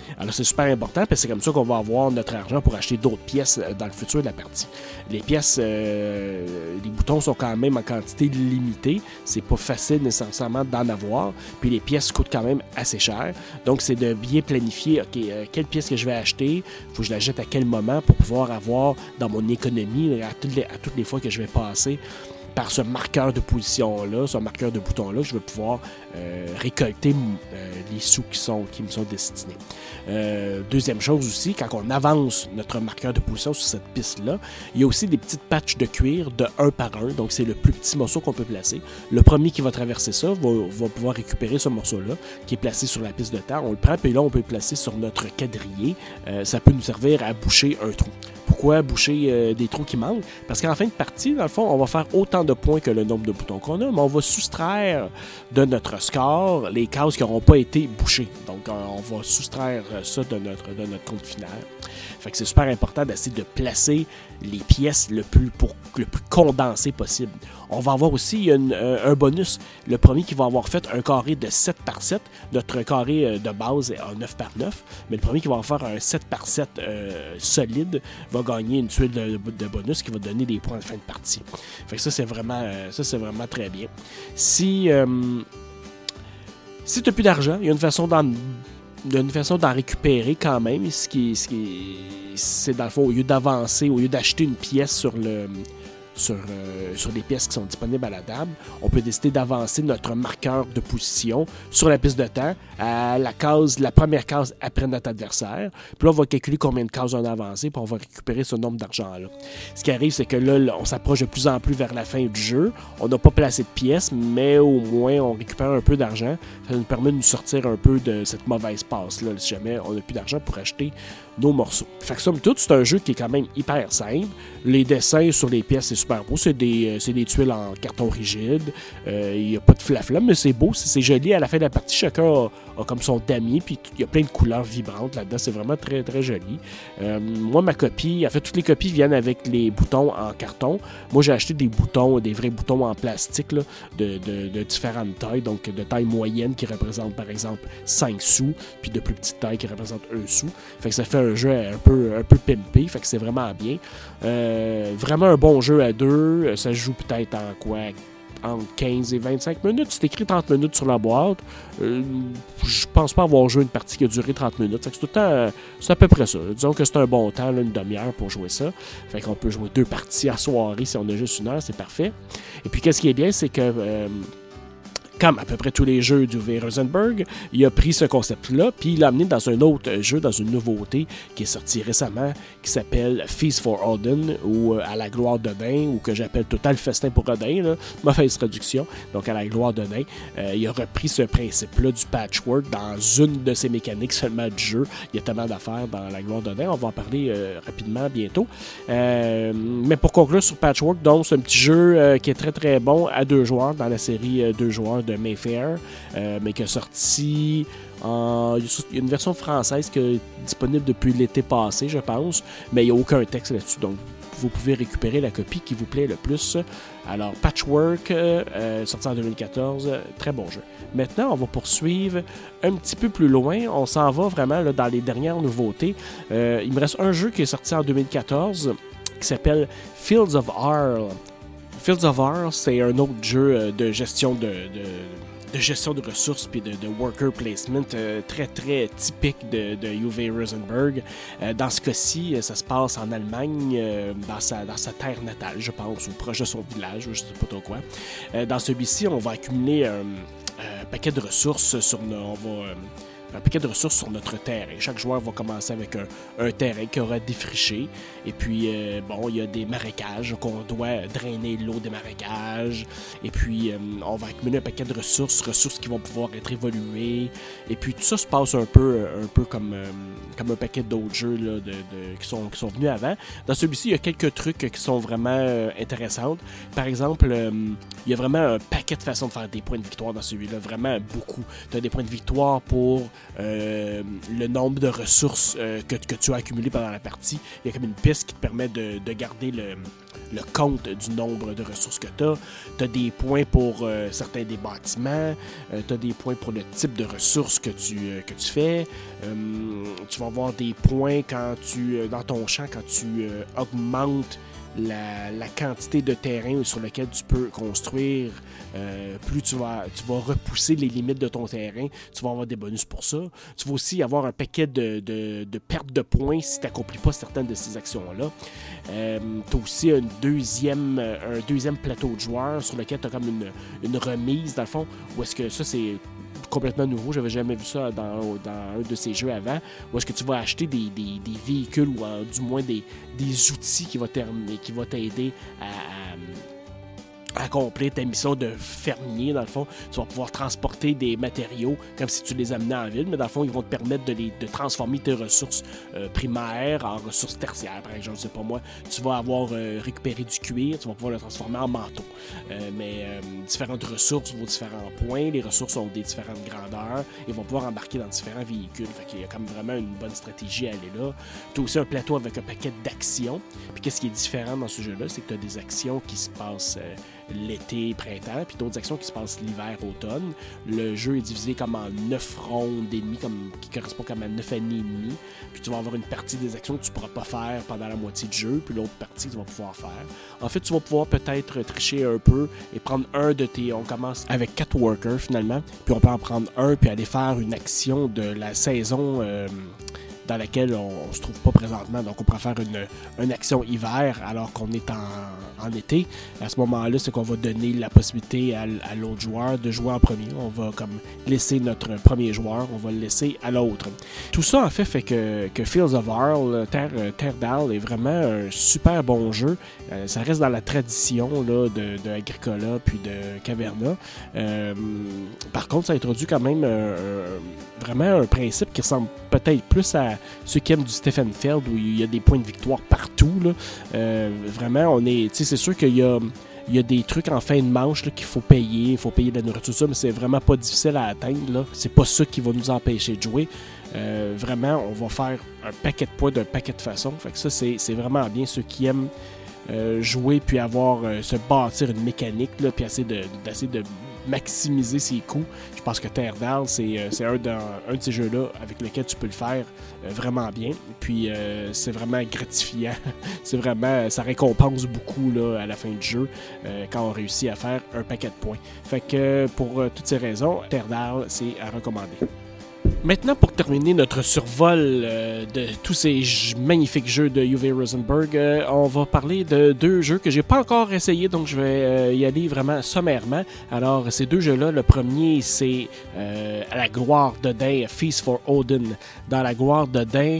Alors, c'est super important parce que c'est comme ça qu'on va avoir notre argent pour acheter d'autres pièces dans le futur de la partie. Les pièces, les boutons sont quand même en quantité limitée. C'est pas facile nécessairement d'en avoir. Puis les pièces coûtent quand même assez cher. Donc, c'est de bien planifier, OK, quelle pièce que je vais acheter, il faut que je la jette à quel moment pour pouvoir avoir dans mon économie, à toutes les fois que je vais passer par ce marqueur de position-là, ce marqueur de bouton-là, je vais pouvoir récolter les sous qui me sont destinés. Deuxième chose aussi, quand on avance notre marqueur de position sur cette piste-là, il y a aussi des petites patchs de cuir de 1 par 1, donc c'est le plus petit morceau qu'on peut placer. Le premier qui va traverser ça va pouvoir récupérer ce morceau-là, qui est placé sur la piste de terre. On le prend, puis là, on peut le placer sur notre quadrillé. Ça peut nous servir à boucher un trou. Pourquoi boucher des trous qui manquent? Parce qu'en fin de partie, dans le fond, on va faire autant de points que le nombre de boutons qu'on a, mais on va soustraire de notre score les cases qui n'auront pas été bouchées. Donc, on va soustraire ça de notre compte final. Fait que c'est super important d'essayer de placer les pièces le plus condensé possible. On va avoir aussi un bonus. Le premier qui va avoir fait un carré de 7 par 7. Notre carré de base est en 9 par 9. Mais le premier qui va faire un 7 par 7 solide va gagner une tuile de bonus qui va donner des points de fin de partie. Fait que ça, c'est vraiment très bien. Si tu n'as plus d'argent, il y a une façon d'en récupérer quand même. C'est dans le fond, au lieu d'avancer, au lieu d'acheter une pièce sur les pièces qui sont disponibles à la table, on peut décider d'avancer notre marqueur de position sur la piste de temps à la première case après notre adversaire. Puis là, on va calculer combien de cases on a avancé, puis on va récupérer ce nombre d'argent-là. Ce qui arrive, c'est que là, on s'approche de plus en plus vers la fin du jeu. On n'a pas placé de pièces, mais au moins, on récupère un peu d'argent. Ça nous permet de nous sortir un peu de cette mauvaise passe-là, si jamais on n'a plus d'argent pour acheter nos morceaux. Fait que somme toute, c'est un jeu qui est quand même hyper simple. Les dessins sur les pièces, c'est super beau. C'est des tuiles en carton rigide. Il n'y a pas de flafla, mais c'est beau. C'est joli. À la fin de la partie, chacun a comme son damier, puis il y a plein de couleurs vibrantes là-dedans. C'est vraiment très, très joli. Moi, ma copie, en fait, toutes les copies viennent avec les boutons en carton. Moi, j'ai acheté des vrais boutons en plastique là, de différentes tailles, donc de taille moyenne qui représente, par exemple, 5 sous, puis de plus petite taille qui représente 1 sou. Fait que ça fait un jeu un peu pimpé, fait que c'est vraiment bien. Vraiment un bon jeu à deux. Ça se joue peut-être entre 15 et 25 minutes. C'est écrit 30 minutes sur la boîte. Je pense pas avoir joué une partie qui a duré 30 minutes. Fait que c'est à peu près ça. Disons que c'est un bon temps, là, une demi-heure pour jouer ça. Fait qu'on peut jouer 2 parties à soirée si on a juste 1 heure, c'est parfait. Et puis qu'est-ce qui est bien, c'est que comme à peu près tous les jeux d'Uwe Rosenberg, il a pris ce concept-là, puis il l'a amené dans un autre jeu, dans une nouveauté qui est sortie récemment, qui s'appelle Feast for Odin, ou à la gloire d'Odin, ou que j'appelle Total Festin pour Odin, là, mauvaise traduction, donc à la gloire d'Odin. Il a repris ce principe-là du patchwork dans une de ses mécaniques seulement du jeu. Il y a tellement d'affaires dans la gloire d'Odin, on va en parler rapidement bientôt. Mais pour conclure sur patchwork, donc c'est un petit jeu qui est très très bon à 2 joueurs dans la série 2 joueurs de Mayfair, mais qui est sorti il y a une version française qui est disponible depuis l'été passé, je pense, mais il n'y a aucun texte là-dessus, donc vous pouvez récupérer la copie qui vous plaît le plus. Alors, Patchwork, sorti en 2014, très bon jeu. Maintenant, on va poursuivre un petit peu plus loin. On s'en va vraiment là, dans les dernières nouveautés. Il me reste un jeu qui est sorti en 2014 qui s'appelle Fields of Arle. Fields of Arle, c'est un autre jeu de gestion de gestion de ressources puis de worker placement très très typique de Uwe Rosenberg. Dans ce cas-ci, ça se passe en Allemagne, dans sa terre natale, je pense, ou proche de son village, je ne sais pas trop quoi. Dans celui-ci, on va accumuler un paquet de ressources un paquet de ressources sur notre terrain. Chaque joueur va commencer avec un terrain qu'il aura défriché. Et puis, il y a des marécages qu'on doit drainer l'eau des marécages. Et puis, on va accumuler un paquet de ressources qui vont pouvoir être évoluées. Et puis, tout ça se passe un peu comme un paquet d'autres jeux là, qui sont venus avant. Dans celui-ci, il y a quelques trucs qui sont vraiment intéressants. Par exemple, il y a vraiment un paquet de façons de faire des points de victoire dans celui-là. Vraiment beaucoup. Tu as des points de victoire pour le nombre de ressources que tu as accumulées pendant la partie. Il y a comme une piste qui te permet de garder le compte du nombre de ressources que tu as. Tu as des points pour certains des bâtiments. Tu as des points pour le type de ressources que tu fais. Tu vas avoir des points dans ton champ quand tu augmentes la quantité de terrain sur lequel tu peux construire. Plus tu vas repousser les limites de ton terrain, tu vas avoir des bonus pour ça. Tu vas aussi avoir un paquet de pertes de points si tu n'accomplis pas certaines de ces actions-là. Tu as aussi un deuxième plateau de joueurs sur lequel tu as comme une remise, dans le fond, où est-ce que ça, c'est complètement nouveau, j'avais jamais vu ça dans un de ces jeux avant, où est-ce que tu vas acheter des véhicules ou du moins des outils qui vont t'aider à accomplir ta mission de fermier. Dans le fond, tu vas pouvoir transporter des matériaux comme si tu les amenais en ville, mais dans le fond, ils vont te permettre de transformer tes ressources primaires en ressources tertiaires. Par exemple, je sais pas moi, tu vas avoir récupéré du cuir, tu vas pouvoir le transformer en manteau. Différentes ressources vont différents points, les ressources ont des différentes grandeurs, ils vont pouvoir embarquer dans différents véhicules. Fait qu'il y a comme vraiment une bonne stratégie à aller là. Tu as aussi un plateau avec un paquet d'actions. Puis qu'est-ce qui est différent dans ce jeu-là, c'est que tu as des actions qui se passent l'été, printemps, puis d'autres actions qui se passent l'hiver, automne. Le jeu est divisé comme en 9 rondes et demie, qui correspond comme à 9 années et demie. Puis tu vas avoir une partie des actions que tu ne pourras pas faire pendant la moitié du jeu, puis l'autre partie que tu vas pouvoir faire. En fait, tu vas pouvoir peut-être tricher un peu et prendre un de tes... On commence avec 4 workers, finalement, puis on peut en prendre un, puis aller faire une action de la saison... dans laquelle on ne se trouve pas présentement. Donc, on pourrait faire une action hiver alors qu'on est en été. À ce moment-là, c'est qu'on va donner la possibilité à l'autre joueur de jouer en premier. On va comme laisser notre premier joueur, on va le laisser à l'autre. Tout ça, en fait que Fields of Arle, Terre d'Arle, est vraiment un super bon jeu. Ça reste dans la tradition là, de Agricola puis de Caverna. Par contre, ça introduit quand même vraiment un principe qui ressemble peut-être plus à ceux qui aiment du Stefenfeld où il y a des points de victoire partout. Là. Vraiment, c'est sûr qu'il y a des trucs en fin de manche là, qu'il faut payer. Il faut payer de la nourriture, ça, mais c'est vraiment pas difficile à atteindre. Là. C'est pas ça qui va nous empêcher de jouer. Vraiment, on va faire un paquet de points d'un paquet de façons. Fait que ça, c'est vraiment bien. Ceux qui aiment jouer puis se bâtir une mécanique là, puis essayer de maximiser ses coûts. Je pense que Terre d'Arle, c'est un de ces jeux-là avec lequel tu peux le faire vraiment bien. Puis c'est vraiment gratifiant. C'est vraiment, ça récompense beaucoup là, à la fin du jeu quand on réussit à faire un paquet de points. Fait que pour toutes ces raisons, Terre d'Arle, c'est à recommander. Maintenant, pour terminer notre survol de tous ces magnifiques jeux de Uwe Rosenberg, on va parler de 2 jeux que j'ai pas encore essayé, donc je vais y aller vraiment sommairement. Alors, ces 2 jeux-là, le premier, c'est à la gloire d'Odin, Feast for Odin. Dans la gloire d'Odin,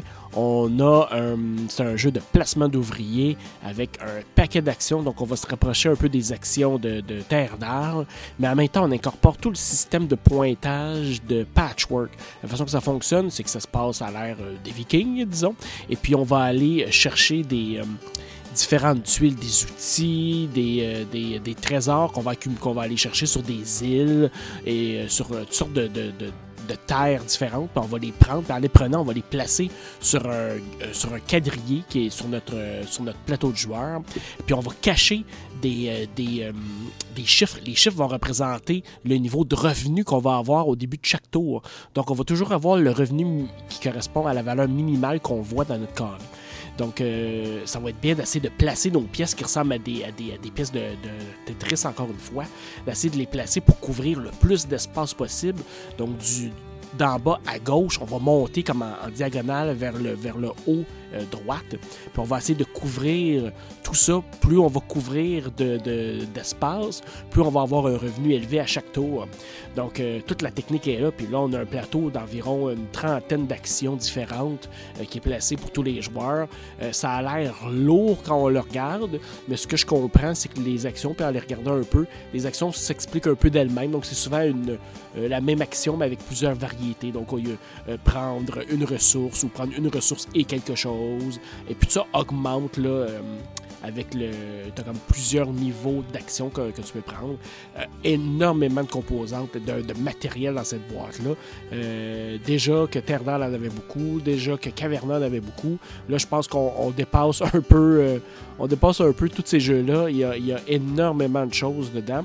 c'est un jeu de placement d'ouvriers avec un paquet d'actions, donc on va se rapprocher un peu des actions de Terre d'Arle, mais en même temps on incorpore tout le système de pointage de Patchwork. La façon que ça fonctionne, c'est que ça se passe à l'ère des Vikings, disons, et puis on va aller chercher des différentes tuiles, des outils, des trésors qu'on va aller chercher sur des îles et sur toutes sortes de terres différentes, puis on va les prendre, puis en les prenant, on va les placer sur un quadrillé qui est sur notre plateau de joueurs, puis on va cacher des chiffres. Les chiffres vont représenter le niveau de revenu qu'on va avoir au début de chaque tour. Donc, on va toujours avoir le revenu qui correspond à la valeur minimale qu'on voit dans notre carré. Donc, ça va être bien d'essayer de placer nos pièces qui ressemblent à des pièces de Tetris, encore une fois, d'essayer de les placer pour couvrir le plus d'espace possible. Donc, d'en bas à gauche, on va monter comme en diagonale vers le haut droite. Puis on va essayer de couvrir tout ça. Plus on va couvrir d'espace, plus on va avoir un revenu élevé à chaque tour. Donc, toute la technique est là. Puis là, on a un plateau d'environ une trentaine d'actions différentes qui est placé pour tous les joueurs. Ça a l'air lourd quand on le regarde, mais ce que je comprends, c'est que les actions, puis en les regardant un peu, les actions s'expliquent un peu d'elles-mêmes. Donc, c'est souvent la même action, mais avec plusieurs variétés. Donc, au lieu de prendre une ressource ou prendre une ressource et quelque chose. Et puis, ça augmente là, avec t'as comme plusieurs niveaux d'action que tu peux prendre. Énormément de composantes, de matériel dans cette boîte-là. Déjà que Terre d'Al en avait beaucoup, déjà que Caverna en avait beaucoup. Là, je pense qu'on dépasse un peu tous ces jeux-là. Il y a énormément de choses dedans.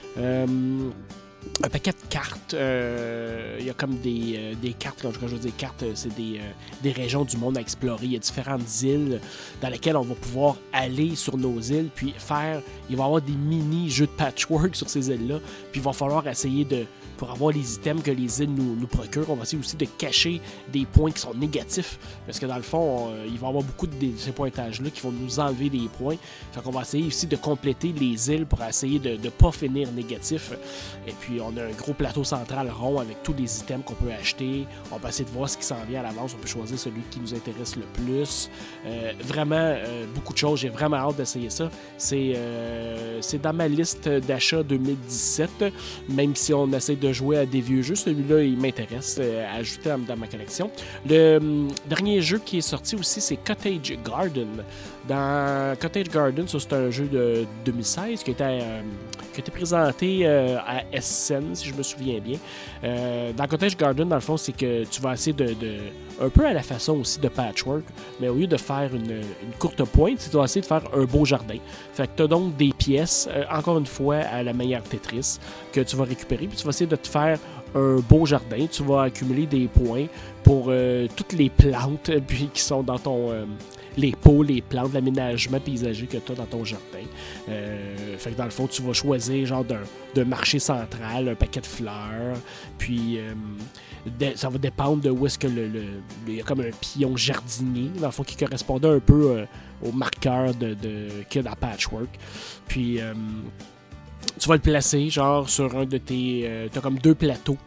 Un paquet de cartes. Il y a comme des cartes, quand je veux dire cartes, c'est des régions du monde à explorer. Il y a différentes îles dans lesquelles on va pouvoir aller sur nos îles, puis il va y avoir des mini-jeux de patchwork sur ces îles-là, puis il va falloir essayer pour avoir les items que les îles nous procurent, on va essayer aussi de cacher des points qui sont négatifs, parce que dans le fond, il va y avoir beaucoup de ces pointages-là qui vont nous enlever des points. Fait qu'on va essayer aussi de compléter les îles pour essayer de ne pas finir négatif. Et puis, on a un gros plateau central rond avec tous les items qu'on peut acheter. On peut essayer de voir ce qui s'en vient à l'avance. On peut choisir celui qui nous intéresse le plus. Vraiment, beaucoup de choses. J'ai vraiment hâte d'essayer ça. C'est dans ma liste d'achat 2017, même si on essaie de jouer à des vieux jeux. Celui-là, il m'intéresse à ajouter dans ma collection. Le dernier jeu qui est sorti aussi, c'est Cottage Garden. Dans Cottage Garden, ça, c'est un jeu de 2016 qui a été présenté à Essen, si je me souviens bien. Dans Cottage Garden, dans le fond, c'est que tu vas essayer un peu à la façon aussi de Patchwork, mais au lieu de faire une courte pointe, tu vas essayer de faire un beau jardin. Fait que tu as donc des pièces, encore une fois, à la manière Tetris, que tu vas récupérer, puis tu vas essayer de te faire un beau jardin. Tu vas accumuler des points pour toutes les plantes puis qui sont dans ton... les pots, les plantes, l'aménagement paysager que tu as dans ton jardin. Fait que dans le fond, tu vas choisir genre d'un marché central, un paquet de fleurs, puis ça va dépendre de où est-ce que il y a comme un pion jardinier, dans le fond, qui correspondait un peu au marqueur qu'il y a dans Patchwork. Puis tu vas le placer genre sur un de tes... tu as comme deux plateaux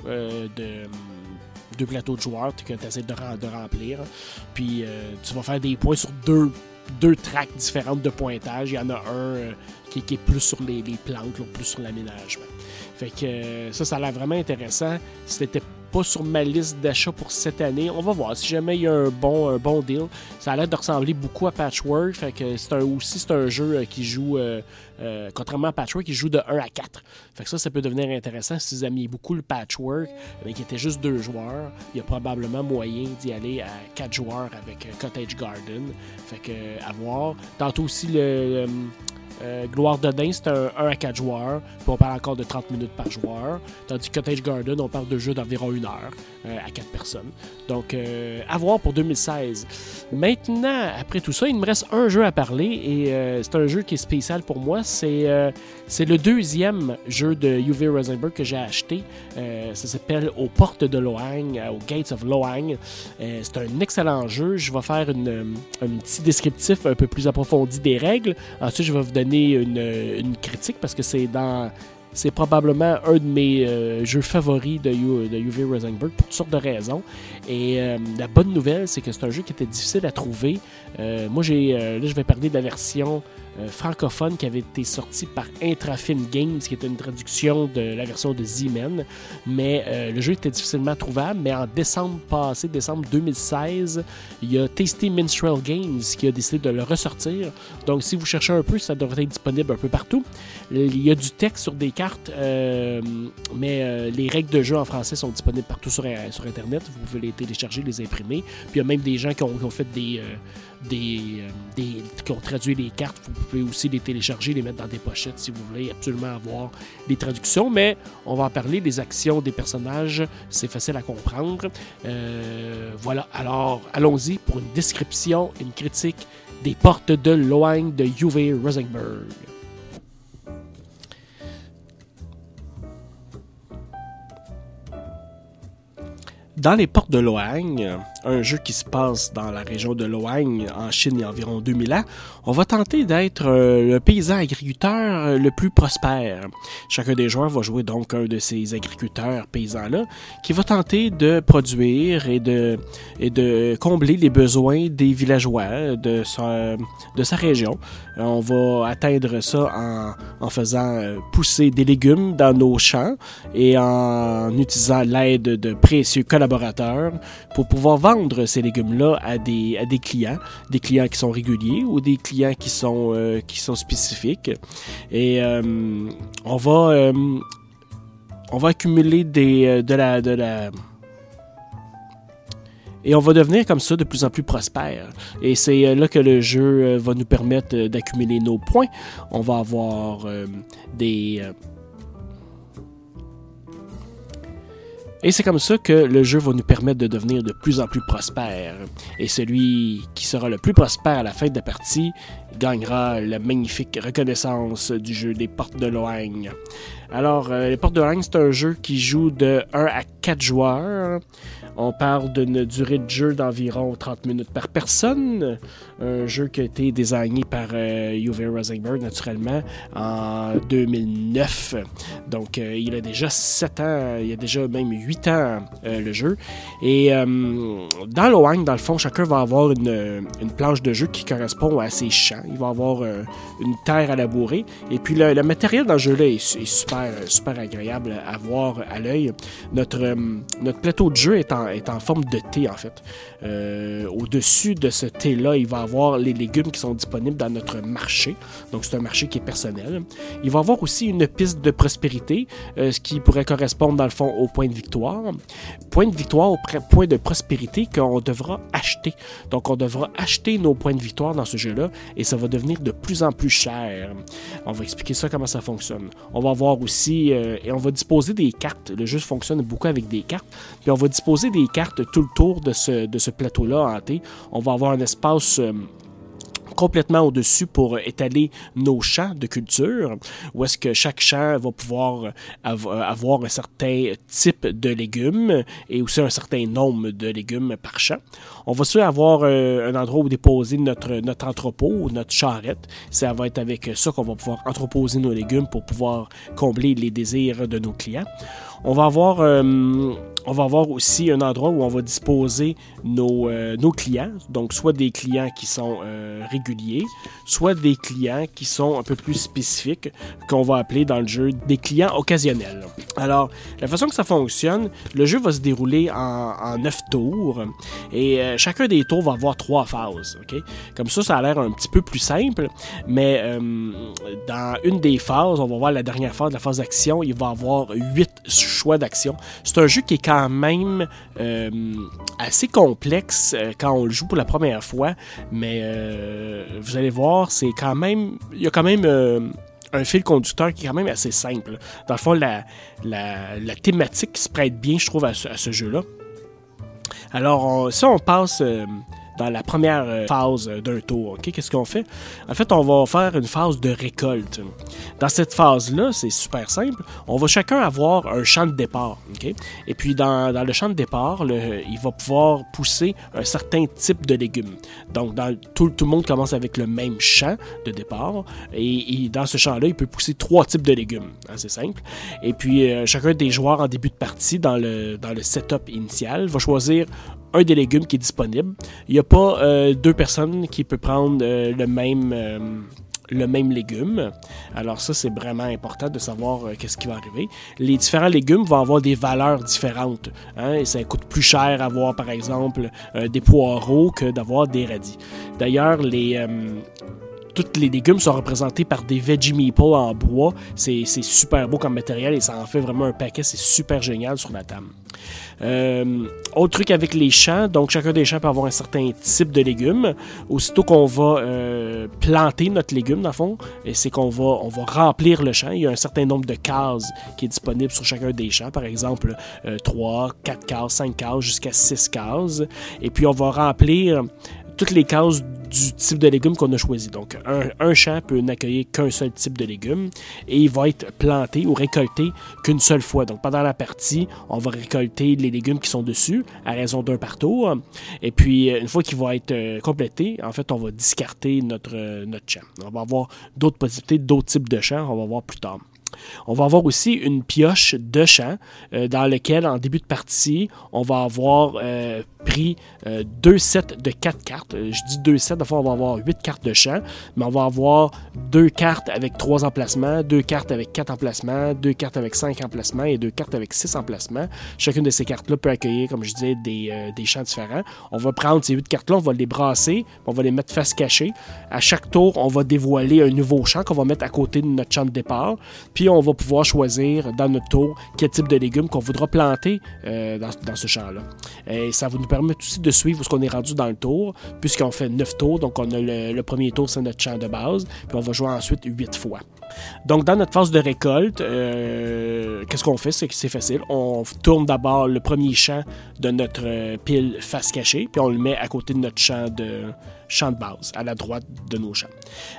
de joueurs que tu essaies de remplir. Puis tu vas faire des points sur deux tracks différentes de pointage. Il y en a un qui est plus sur les plantes, l'autre plus sur l'aménagement. Fait que ça a l'air vraiment intéressant. C'était pas sur ma liste d'achat pour cette année. On va voir si jamais il y a un bon deal. Ça a l'air de ressembler beaucoup à Patchwork. Fait que c'est un jeu qui joue, contrairement à Patchwork, qui joue de 1 à 4. Fait que ça peut devenir intéressant si vous aimiez beaucoup le Patchwork, mais qui était juste 2 joueurs. Il y a probablement moyen d'y aller à 4 joueurs avec Cottage Garden. Fait que à voir. Tantôt aussi Gloire de Dain, c'est un 1 à 4 joueurs, puis on parle encore de 30 minutes par joueur. Tandis que Cottage Garden, on parle de jeux d'environ 1 heure à 4 personnes. Donc, à voir pour 2016. Maintenant, après tout ça, il me reste un jeu à parler, et c'est un jeu qui est spécial pour moi. C'est le deuxième jeu de Uwe Rosenberg que j'ai acheté. Ça s'appelle Aux Portes de Loang, aux Gates of Loang. C'est un excellent jeu. Je vais faire un petit descriptif un peu plus approfondi des règles. Ensuite, je vais vous donner une critique parce que c'est probablement un de mes jeux favoris de Uwe Rosenberg pour toutes sortes de raisons. Et la bonne nouvelle, c'est que c'est un jeu qui était difficile à trouver. Moi, là, je vais parler de la version francophone qui avait été sortie par Intrafin Games, qui était une traduction de la version de Z-Men. Mais le jeu était difficilement trouvable. Mais en décembre 2016, il y a Tasty Minstrel Games qui a décidé de le ressortir. Donc, si vous cherchez un peu, ça devrait être disponible un peu partout. Il y a du texte sur des cartes, mais les règles de jeu en français sont disponibles partout sur Internet. Vous pouvez les télécharger, les imprimer. Puis il y a même des gens qui ont fait qui ont traduit les cartes. Vous pouvez aussi les télécharger, les mettre dans des pochettes si vous voulez absolument avoir les traductions. Mais on va en parler, les actions des personnages, c'est facile à comprendre. Voilà, alors allons-y pour une description, une critique des Portes de Loang de Uwe Rosenberg. Dans les Portes de Loang, un jeu qui se passe dans la région de Loang, en Chine, il y a environ 2000 ans, on va tenter d'être le paysan agriculteur le plus prospère. Chacun des joueurs va jouer donc un de ces agriculteurs paysans-là, qui va tenter de produire et de combler les besoins des villageois de sa région. On va atteindre ça en faisant pousser des légumes dans nos champs et en utilisant l'aide de précieux collaborateurs collaborateurs pour pouvoir vendre ces légumes-là à des clients qui sont réguliers ou des clients qui sont spécifiques. Et on va accumuler et on va devenir comme ça de plus en plus prospère. Et c'est là que le jeu va nous permettre d'accumuler nos points. On va avoir Et c'est comme ça que le jeu va nous permettre de devenir de plus en plus prospère. Et celui qui sera le plus prospère à la fin de la partie gagnera la magnifique reconnaissance du jeu des Portes de Loagne. Alors, les Portes de Loagne, c'est un jeu qui joue de 1 à 4 joueurs. On parle d'une durée de jeu d'environ 30 minutes par personne. Un jeu qui a été designé par Uwe Rosenberg, naturellement, en 2009. Donc, il a déjà 7 ans, il y a déjà même 8 ans, le jeu. Et dans Loagne, dans le fond, chacun va avoir une planche de jeu qui correspond à ses champs. Il va avoir une terre à labourer. Et puis, le matériel dans le jeu-là est super agréable à voir à l'œil. Notre plateau de jeu est en forme de thé, en fait. Au-dessus de ce thé-là, il va y avoir les légumes qui sont disponibles dans notre marché. Donc, c'est un marché qui est personnel. Il va y avoir aussi une piste de prospérité, ce qui pourrait correspondre, dans le fond, au point de victoire. Point de victoire au point de prospérité qu'on devra acheter. Donc, on devra acheter nos points de victoire dans ce jeu-là et ça va devenir de plus en plus cher. On va expliquer ça, comment ça fonctionne. On va avoir aussi, et on va disposer des cartes. Le jeu fonctionne beaucoup avec des cartes. Puis, on va disposer des cartes tout le tour de ce plateau-là hanté. On va avoir un espace complètement au-dessus pour étaler nos champs de culture, où est-ce que chaque champ va pouvoir avoir un certain type de légumes et aussi un certain nombre de légumes par champ. On va aussi avoir un endroit où déposer notre entrepôt ou notre charrette. Ça va être avec ça qu'on va pouvoir entreposer nos légumes pour pouvoir combler les désirs de nos clients. On va avoir aussi un endroit où on va disposer nos clients, donc soit des clients qui sont réguliers, soit des clients qui sont un peu plus spécifiques, qu'on va appeler dans le jeu des clients occasionnels. Alors, la façon que ça fonctionne, le jeu va se dérouler en 9 tours, et chacun des tours va avoir 3 phases. Okay? Comme ça a l'air un petit peu plus simple, mais dans une des phases, on va voir la dernière phase, la phase d'action, il va y avoir 8 choix d'action. C'est un jeu qui est quand même assez complexe quand on le joue pour la première fois, mais vous allez voir, il y a quand même un fil conducteur qui est quand même assez simple. Dans le fond, la thématique se prête bien, je trouve, à ce jeu-là. Alors, si on passe dans la première phase d'un tour, okay? Qu'est-ce qu'on fait? En fait, on va faire une phase de récolte. Dans cette phase-là, c'est super simple. On va chacun avoir un champ de départ. Okay? Et puis, dans le champ de départ, il va pouvoir pousser un certain type de légumes. Donc, tout le monde commence avec le même champ de départ. Et dans ce champ-là, il peut pousser 3 types de légumes. C'est simple. Et puis, chacun des joueurs en début de partie, dans le setup initial, va choisir un des légumes qui est disponible. Il n'y a pas 2 personnes qui peuvent prendre le même légume. Alors ça, c'est vraiment important de savoir qu'est-ce qui va arriver. Les différents légumes vont avoir des valeurs différentes. Et ça coûte plus cher avoir, par exemple, des poireaux que d'avoir des radis. D'ailleurs, tous les légumes sont représentés par des veggie meeples en bois. C'est super beau comme matériel et ça en fait vraiment un paquet. C'est super génial sur la table. Autre truc avec les champs, donc chacun des champs peut avoir un certain type de légumes. Aussitôt qu'on va planter notre légume, dans le fond, c'est qu'on va remplir le champ. Il y a un certain nombre de cases qui est disponible sur chacun des champs. Par exemple, 3, 4 cases, 5 cases, jusqu'à 6 cases. Et puis on va remplir toutes les cases du type de légumes qu'on a choisi. Donc, un champ peut n'accueillir qu'un seul type de légumes et il va être planté ou récolté qu'une seule fois. Donc, pendant la partie, on va récolter les légumes qui sont dessus à raison d'un par tour. Et puis, une fois qu'il va être complété, en fait, on va discarter notre champ. On va avoir d'autres possibilités, d'autres types de champs, on va voir plus tard. On va avoir aussi une pioche de champ dans lequel, en début de partie, on va avoir pris 2 sets de 4 cartes. Je dis 2 sets, d'abord on va avoir 8 cartes de champ, mais on va avoir 2 cartes avec 3 emplacements, 2 cartes avec 4 emplacements, 2 cartes avec 5 emplacements et 2 cartes avec 6 emplacements. Chacune de ces cartes-là peut accueillir, comme je disais, des champs différents. On va prendre ces 8 cartes-là, on va les brasser, on va les mettre face cachée. À chaque tour, on va dévoiler un nouveau champ qu'on va mettre à côté de notre champ de départ. Puis on va pouvoir choisir dans notre tour quel type de légumes qu'on voudra planter dans ce champ-là. Et ça va nous permettre aussi de suivre où est-ce qu'on est rendu dans le tour, puisqu'on fait 9 tours. Donc on a le premier tour, c'est notre champ de base, puis on va jouer ensuite 8 fois. Donc dans notre phase de récolte, qu'est-ce qu'on fait? C'est que c'est facile. On tourne d'abord le premier champ de notre pile face cachée, puis on le met à côté de notre champ de base, à la droite de nos champs.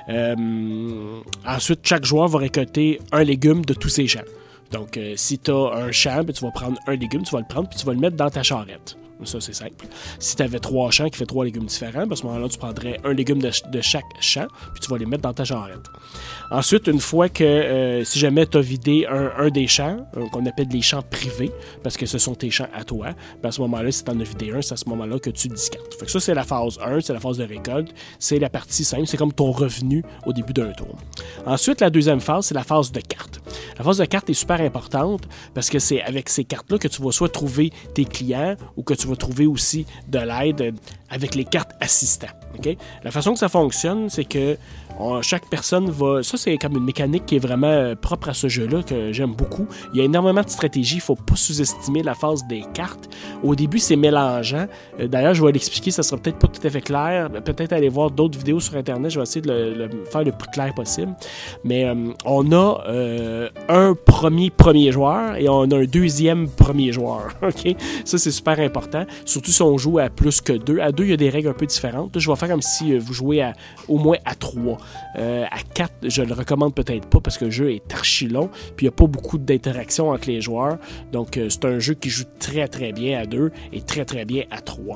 Ensuite, chaque joueur va récolter un légume de tous ses champs. Donc, si tu as un champ, tu vas prendre un légume, tu vas le prendre, puis tu vas le mettre dans ta charrette. Ça, c'est simple. Si tu avais 3 champs qui fait 3 légumes différents, à ce moment-là, tu prendrais un légume de chaque champ, puis tu vas les mettre dans ta charrette. Ensuite, une fois que, si jamais tu as vidé un des champs, qu'on appelle les champs privés, parce que ce sont tes champs à toi, à ce moment-là, si tu en as vidé un, c'est à ce moment-là que tu discartes. Fait que ça, c'est la phase 1, c'est la phase de récolte, c'est la partie simple, c'est comme ton revenu au début d'un tour. Ensuite, la deuxième phase, c'est la phase de carte. La phase de carte est super importante parce que c'est avec ces cartes-là que tu vas soit trouver tes clients ou que tu vas trouver aussi de l'aide avec les cartes assistants. Okay? La façon que ça fonctionne, c'est que chaque personne va... Ça, c'est comme une mécanique qui est vraiment propre à ce jeu-là, que j'aime beaucoup. Il y a énormément de stratégies. Il ne faut pas sous-estimer la phase des cartes. Au début, c'est mélangeant. D'ailleurs, je vais l'expliquer. Ça ne sera peut-être pas tout à fait clair. Peut-être aller voir d'autres vidéos sur Internet. Je vais essayer de le faire le plus clair possible. Mais on a un premier joueur et on a un deuxième premier joueur. Okay? Ça, c'est super important. Surtout si on joue à plus que 2. À 2, il y a des règles un peu différentes. Là, je vais faire comme si vous jouez au moins à 3. À 4, je le recommande peut-être pas parce que le jeu est archi long, puis il n'y a pas beaucoup d'interaction entre les joueurs. Donc, c'est un jeu qui joue très très bien à 2 et très très bien à 3.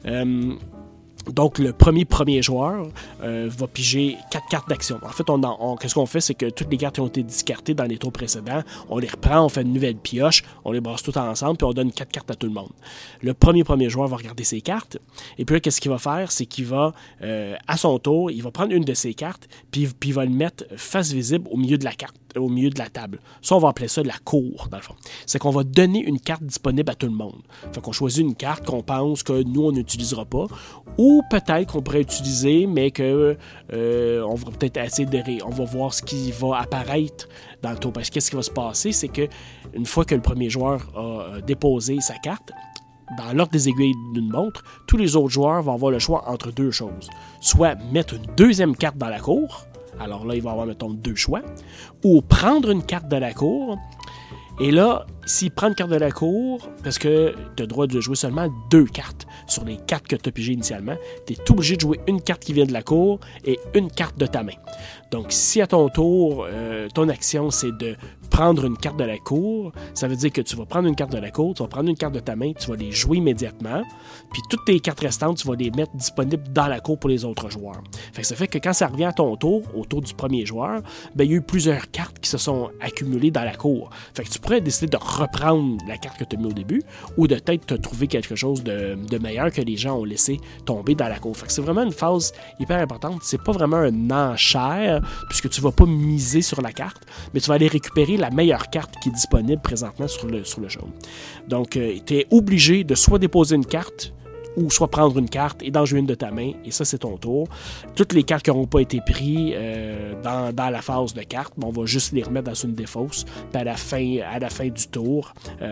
Donc, le premier joueur va piger 4 cartes d'action. En fait, qu'est-ce qu'on fait, c'est que toutes les cartes qui ont été discartées dans les tours précédents, on les reprend, on fait une nouvelle pioche, on les brasse toutes ensemble, puis on donne 4 cartes à tout le monde. Le premier joueur va regarder ses cartes, et puis là, qu'est-ce qu'il va faire, c'est qu'il va, à son tour, il va prendre une de ses cartes, puis il va le mettre face visible au milieu de la carte, au milieu de la table. Ça, on va appeler ça la cour, dans le fond. C'est qu'on va donner une carte disponible à tout le monde. Fait qu'on choisit une carte qu'on pense que nous, on n'utilisera pas, ou peut-être qu'on pourrait utiliser, mais que on va peut-être essayer on va voir ce qui va apparaître dans le tour. Parce que qu'est-ce qui va se passer, c'est que une fois que le premier joueur a déposé sa carte, dans l'ordre des aiguilles d'une montre, tous les autres joueurs vont avoir le choix entre deux choses. Soit mettre une deuxième carte dans la cour, alors là, il va avoir, mettons, 2 choix, ou prendre une carte de la cour. Et là, s'il prend une carte de la cour, parce que tu as le droit de jouer seulement 2 cartes sur les 4 que tu as pigées initialement, tu es obligé de jouer une carte qui vient de la cour et une carte de ta main. Donc, si à ton tour, ton action, c'est de prendre une carte de la cour, ça veut dire que tu vas prendre une carte de la cour, tu vas prendre une carte de ta main, tu vas les jouer immédiatement, puis toutes tes cartes restantes, tu vas les mettre disponibles dans la cour pour les autres joueurs. Fait que ça fait que quand ça revient à ton tour, au tour du premier joueur, ben, il y a eu plusieurs cartes qui se sont accumulées dans la cour. Fait que tu pourrais décider de reprendre la carte que tu as mis au début, ou de peut-être te trouver quelque chose de meilleur que les gens ont laissé tomber dans la cour. Fait que c'est vraiment une phase hyper importante. C'est pas vraiment un enchère, puisque tu vas pas miser sur la carte, mais tu vas aller récupérer la meilleure carte qui est disponible présentement sur le jeu. Donc, tu es obligé de soit déposer une carte, ou soit prendre une carte et d'en jouer une de ta main, et ça, c'est ton tour. Toutes les cartes qui n'auront pas été prises dans la phase de cartes, on va juste les remettre dans une défausse, puis à la fin du tour,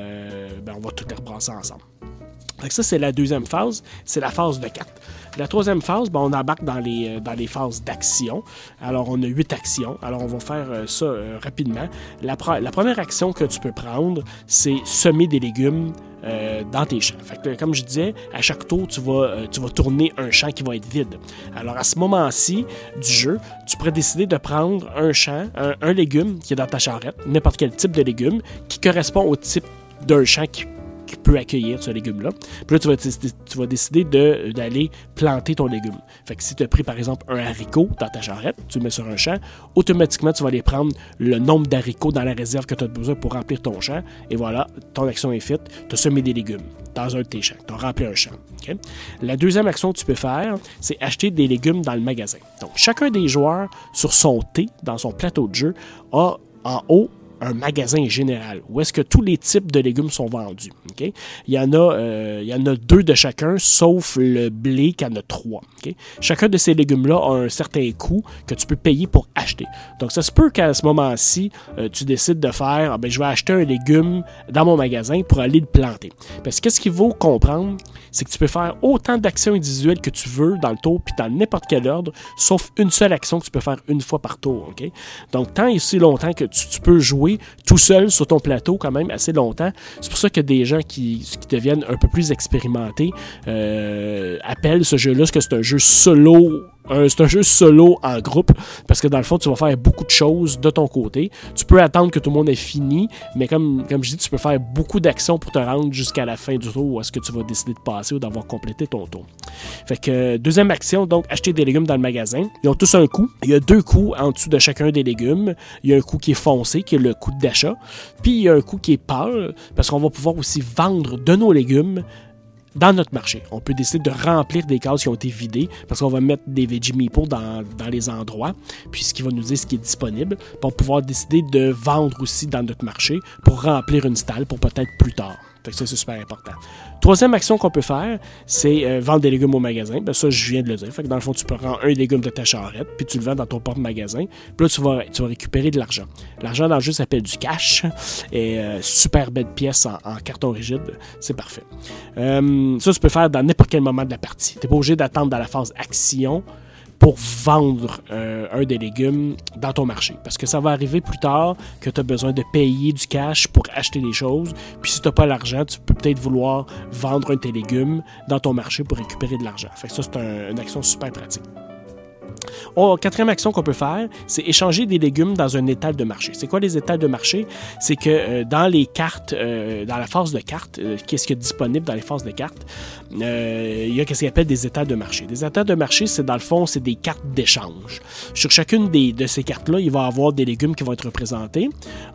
on va toutes les rebrasser ensemble. Donc ça, c'est la deuxième phase, c'est la phase de cartes. La troisième phase, on embarque dans les phases d'action. Alors, on a 8 actions. Alors, on va faire ça rapidement. La première action que tu peux prendre, c'est semer des légumes dans tes champs. Fait que, comme je disais, à chaque tour, tu vas tourner un champ qui va être vide. Alors, à ce moment-ci du jeu, tu pourrais décider de prendre un champ, un légume qui est dans ta charrette, n'importe quel type de légume, qui correspond au type d'un champ qui peut accueillir ce légume-là. Puis là, tu vas décider d'aller planter ton légume. Fait que si tu as pris, par exemple, un haricot dans ta charrette, tu le mets sur un champ, automatiquement, tu vas aller prendre le nombre d'haricots dans la réserve que tu as besoin pour remplir ton champ. Et voilà, ton action est faite. Tu as semé des légumes dans un de tes champs. Tu as rempli un champ. Okay? La deuxième action que tu peux faire, c'est acheter des légumes dans le magasin. Donc, chacun des joueurs, sur son thé, dans son plateau de jeu, a en haut un magasin général où est-ce que tous les types de légumes sont vendus. Okay? Il y en a 2 de chacun, sauf le blé qui en a 3. Okay? Chacun de ces légumes-là a un certain coût que tu peux payer pour acheter. Donc, ça se peut qu'à ce moment-ci, tu décides de faire je vais acheter un légume dans mon magasin pour aller le planter. Parce que qu'est-ce qu'il faut comprendre, c'est que tu peux faire autant d'actions individuelles que tu veux dans le tour, puis dans n'importe quel ordre, sauf une seule action que tu peux faire une fois par tour. Okay? Donc, tant et si longtemps que tu peux jouer tout seul sur ton plateau quand même assez longtemps. C'est pour ça que des gens qui deviennent un peu plus expérimentés appellent ce jeu-là que c'est un jeu solo. C'est un jeu solo en groupe parce que dans le fond, tu vas faire beaucoup de choses de ton côté. Tu peux attendre que tout le monde ait fini, mais comme je dis, tu peux faire beaucoup d'actions pour te rendre jusqu'à la fin du tour où est-ce que tu vas décider de passer ou d'avoir complété ton tour. Fait que deuxième action, donc acheter des légumes dans le magasin. Ils ont tous un coût. Il y a 2 coûts en dessous de chacun des légumes. Il y a un coût qui est foncé, qui est le coût d'achat. Puis il y a un coût qui est pâle parce qu'on va pouvoir aussi vendre de nos légumes dans notre marché. On peut décider de remplir des cases qui ont été vidées parce qu'on va mettre des Veggie Meeples dans les endroits, puis ce qui va nous dire ce qui est disponible, pour pouvoir décider de vendre aussi dans notre marché pour remplir une stalle pour peut-être plus tard. Fait que ça, c'est super important. Troisième action qu'on peut faire, c'est vendre des légumes au magasin. Ben ça, je viens de le dire. Fait que dans le fond, tu prends un légume de ta charrette, puis tu le vends dans ton porte-magasin. Puis là, tu vas récupérer de l'argent. L'argent dans le jeu s'appelle du cash. Et super belle pièce en carton rigide. C'est parfait. Ça, tu peux faire dans n'importe quel moment de la partie. Tu n'es pas obligé d'attendre dans la phase action pour vendre un des légumes dans ton marché. Parce que ça va arriver plus tard que tu as besoin de payer du cash pour acheter des choses. Puis si tu n'as pas l'argent, tu peux peut-être vouloir vendre un de tes légumes dans ton marché pour récupérer de l'argent. Fait que ça, c'est une action super pratique. Quatrième action qu'on peut faire, c'est échanger des légumes dans un étal de marché. C'est quoi les étals de marché? C'est que dans les cartes, dans la phase de cartes, qu'est-ce qu'il y a disponible dans les phases de cartes? Il y a ce qu'on appelle des étals de marché. Des étals de marché, c'est dans le fond, c'est des cartes d'échange. Sur chacune de ces cartes-là, il va y avoir des légumes qui vont être représentés.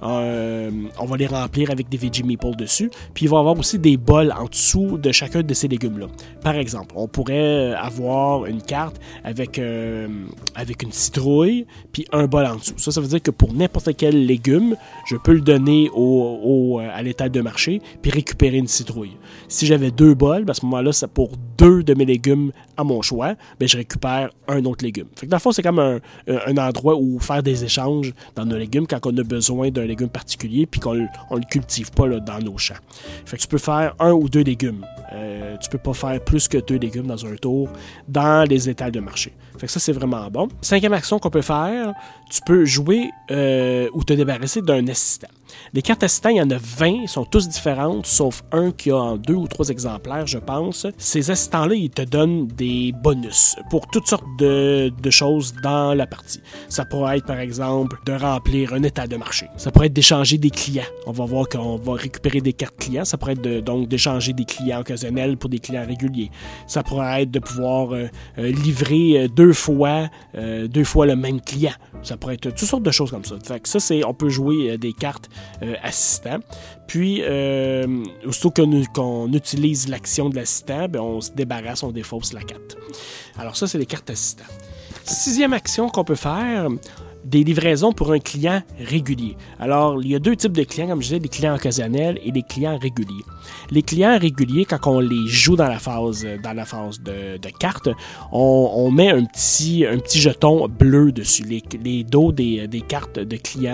On va les remplir avec des Veggie Meeples dessus. Puis il va y avoir aussi des bols en dessous de chacun de ces légumes-là. Par exemple, on pourrait avoir une carte avec une citrouille, puis un bol en dessous. Ça veut dire que pour n'importe quel légume, je peux le donner à l'étal de marché, puis récupérer une citrouille. Si j'avais 2 bols, à ce moment-là, c'est pour 2 de mes légumes à mon choix, ben je récupère un autre légume. Fait que dans le fond, c'est comme un endroit où faire des échanges dans nos légumes quand on a besoin d'un légume particulier, puis qu'on le cultive pas là, dans nos champs. Fait que tu peux faire 1 ou 2 légumes. Tu peux pas faire plus que 2 légumes dans un tour dans les étals de marché. Fait que ça, c'est vraiment bon. 5e action qu'on peut faire, tu peux jouer ou te débarrasser d'un assistant. Les cartes assistants, il y en a 20, ils sont tous différentes, sauf un qui a en 2 ou 3 exemplaires, je pense. Ces assistants-là, ils te donnent des bonus pour toutes sortes de choses dans la partie. Ça pourrait être, par exemple, de remplir un étal de marché. Ça pourrait être d'échanger des clients. On va voir qu'on va récupérer des cartes clients. Ça pourrait être donc d'échanger des clients occasionnels pour des clients réguliers. Ça pourrait être de pouvoir livrer 2 fois le même client. Ça pourrait être toutes sortes de choses comme ça. Fait que ça, on peut jouer des cartes assistants. Puis, aussitôt qu'on utilise l'action de l'assistant, ben, on se débarrasse, on défausse la carte. Alors ça, c'est les cartes assistants. 6e action qu'on peut faire, des livraisons pour un client régulier. Alors, il y a 2 types de clients, comme je disais, des clients occasionnels et des clients réguliers. Les clients réguliers, quand on les joue dans la phase de cartes, on met un petit jeton bleu dessus. Les dos des cartes de clients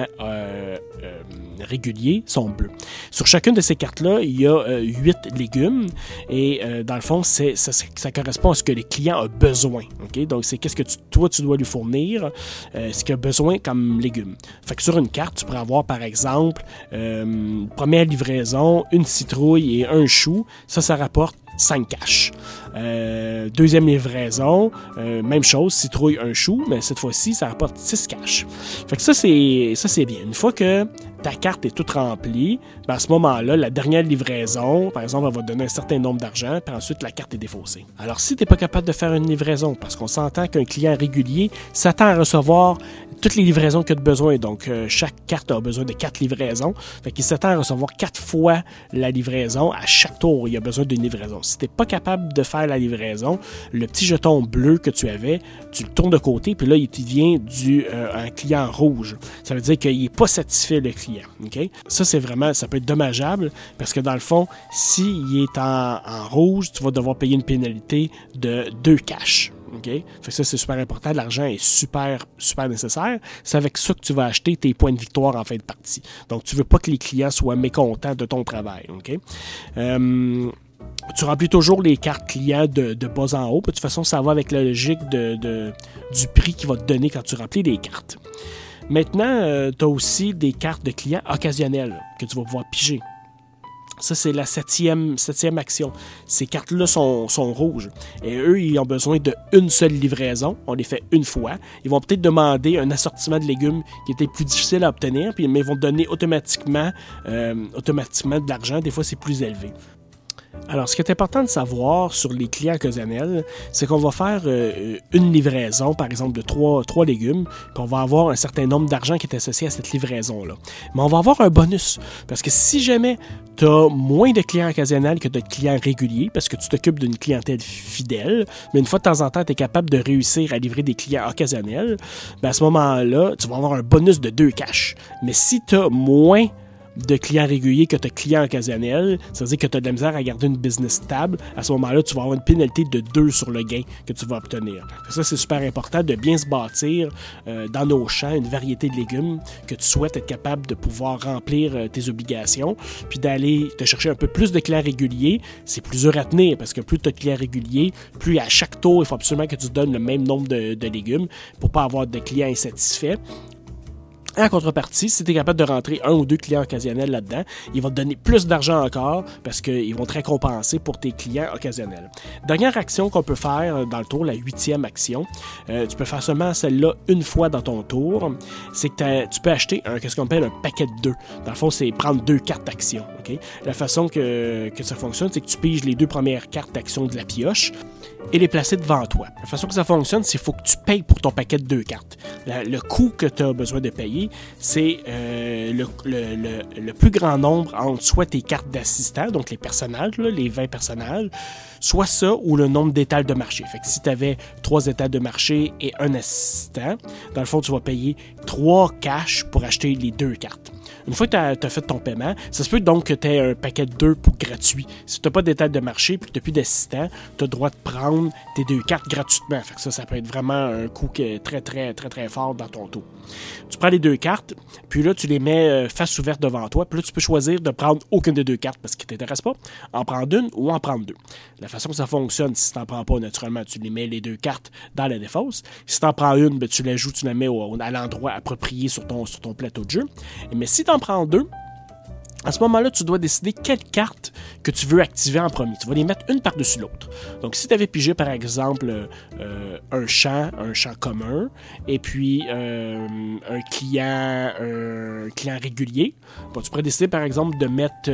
réguliers sont bleus. Sur chacune de ces cartes-là, il y a 8 légumes et dans le fond, ça correspond à ce que le client a besoin. Okay? Donc, c'est qu'est-ce que toi, tu dois lui fournir, ce qu'il a besoin comme légumes. Fait que sur une carte, tu pourrais avoir, par exemple, première livraison, une citrouille et un chou. Ça rapporte 5 cash. Deuxième livraison, même chose, citrouille un chou, mais cette fois-ci, ça rapporte 6 cash. Fait que ça, c'est bien. Une fois que ta carte est toute remplie, ben à ce moment-là, la dernière livraison, par exemple, elle va te donner un certain nombre d'argent, puis ensuite, la carte est défaussée. Alors, si tu n'es pas capable de faire une livraison, parce qu'on s'entend qu'un client régulier s'attend à recevoir toutes les livraisons qu'il a besoin, donc chaque carte a besoin de 4 livraisons, fait qu'il s'attend à recevoir 4 fois la livraison. À chaque tour, il a besoin d'une livraison. Si tu n'es pas capable de faire la livraison, le petit jeton bleu que tu avais, tu le tournes de côté, puis là, il devient un client rouge. Ça veut dire qu'il n'est pas satisfait, le client. Okay? Ça, ça peut être dommageable, parce que dans le fond, s'il est en rouge, tu vas devoir payer une pénalité de 2 cash. Okay? Fait que ça, c'est super important. L'argent est super, super nécessaire. C'est avec ça que tu vas acheter tes points de victoire en fin de partie. Donc, tu ne veux pas que les clients soient mécontents de ton travail. Okay? Tu remplis toujours les cartes clients de bas en haut. De toute façon, ça va avec la logique du prix qu'il va te donner quand tu remplis les cartes. Maintenant, tu as aussi des cartes de clients occasionnelles que tu vas pouvoir piger. Ça, c'est la septième action. Ces cartes-là sont rouges. Et eux, ils ont besoin d'une seule livraison. On les fait une fois. Ils vont peut-être demander un assortiment de légumes qui était plus difficile à obtenir, mais ils vont donner automatiquement de l'argent. Des fois, c'est plus élevé. Alors, ce qui est important de savoir sur les clients occasionnels, c'est qu'on va faire une livraison, par exemple, de 3 légumes, puis on va avoir un certain nombre d'argent qui est associé à cette livraison-là. Mais on va avoir un bonus, parce que si jamais tu as moins de clients occasionnels que de clients réguliers, parce que tu t'occupes d'une clientèle fidèle, mais une fois de temps en temps, tu es capable de réussir à livrer des clients occasionnels, bien à ce moment-là, tu vas avoir un bonus de 2 cash. Mais si tu as moins de clients réguliers que de clients occasionnels, ça veut dire que tu as de la misère à garder une business stable. À ce moment-là, tu vas avoir une pénalité de 2 sur le gain que tu vas obtenir. Ça, c'est super important de bien se bâtir dans nos champs une variété de légumes que tu souhaites être capable de pouvoir remplir tes obligations, puis d'aller te chercher un peu plus de clients réguliers. C'est plus dur à tenir parce que plus tu as de clients réguliers, plus à chaque tour, il faut absolument que tu donnes le même nombre de légumes pour ne pas avoir de clients insatisfaits. En contrepartie, si tu es capable de rentrer 1 ou 2 clients occasionnels là-dedans, ils vont te donner plus d'argent encore parce qu'ils vont te récompenser pour tes clients occasionnels. Dernière action qu'on peut faire dans le tour, la 8e action, tu peux faire seulement celle-là une fois dans ton tour, c'est que tu peux acheter qu'est-ce qu'on appelle un paquet de 2. Dans le fond, c'est prendre 2 cartes d'action. Okay? La façon que ça fonctionne, c'est que tu piges les 2 premières cartes d'action de la pioche et les placer devant toi. La façon que ça fonctionne, c'est qu'il faut que tu payes pour ton paquet de 2 cartes. Le coût que tu as besoin de payer, c'est le plus grand nombre entre soit tes cartes d'assistants, donc les personnages, là, les 20 personnages, soit ça ou le nombre d'étals de marché. Fait que si tu avais 3 étals de marché et un assistant, dans le fond, tu vas payer 3 cash pour acheter les 2 cartes. Une fois que tu as fait ton paiement, ça se peut donc que tu aies un paquet de 2 pour gratuit. Si tu n'as pas d'étal de marché et que tu n'as plus d'assistant, tu as le droit de prendre tes 2 cartes gratuitement. Fait que ça peut être vraiment un coût qui est très, très, très, très fort dans ton tour. Tu prends les 2 cartes, puis là, tu les mets face ouverte devant toi, puis là, tu peux choisir de prendre aucune des 2 cartes parce qu'ils ne t'intéressent pas, en prendre une ou en prendre 2. La façon que ça fonctionne, si tu n'en prends pas, naturellement, tu les mets les 2 cartes dans la défausse. Si tu en prends une, ben, tu la joues, tu la mets à l'endroit approprié sur ton plateau de jeu. Mais si tu en prends 2, à ce moment-là, tu dois décider quelle carte que tu veux activer en premier. Tu vas les mettre une par-dessus l'autre. Donc, si tu avais pigé, par exemple, un champ commun, et puis un client régulier, bon, tu pourrais décider, par exemple, de mettre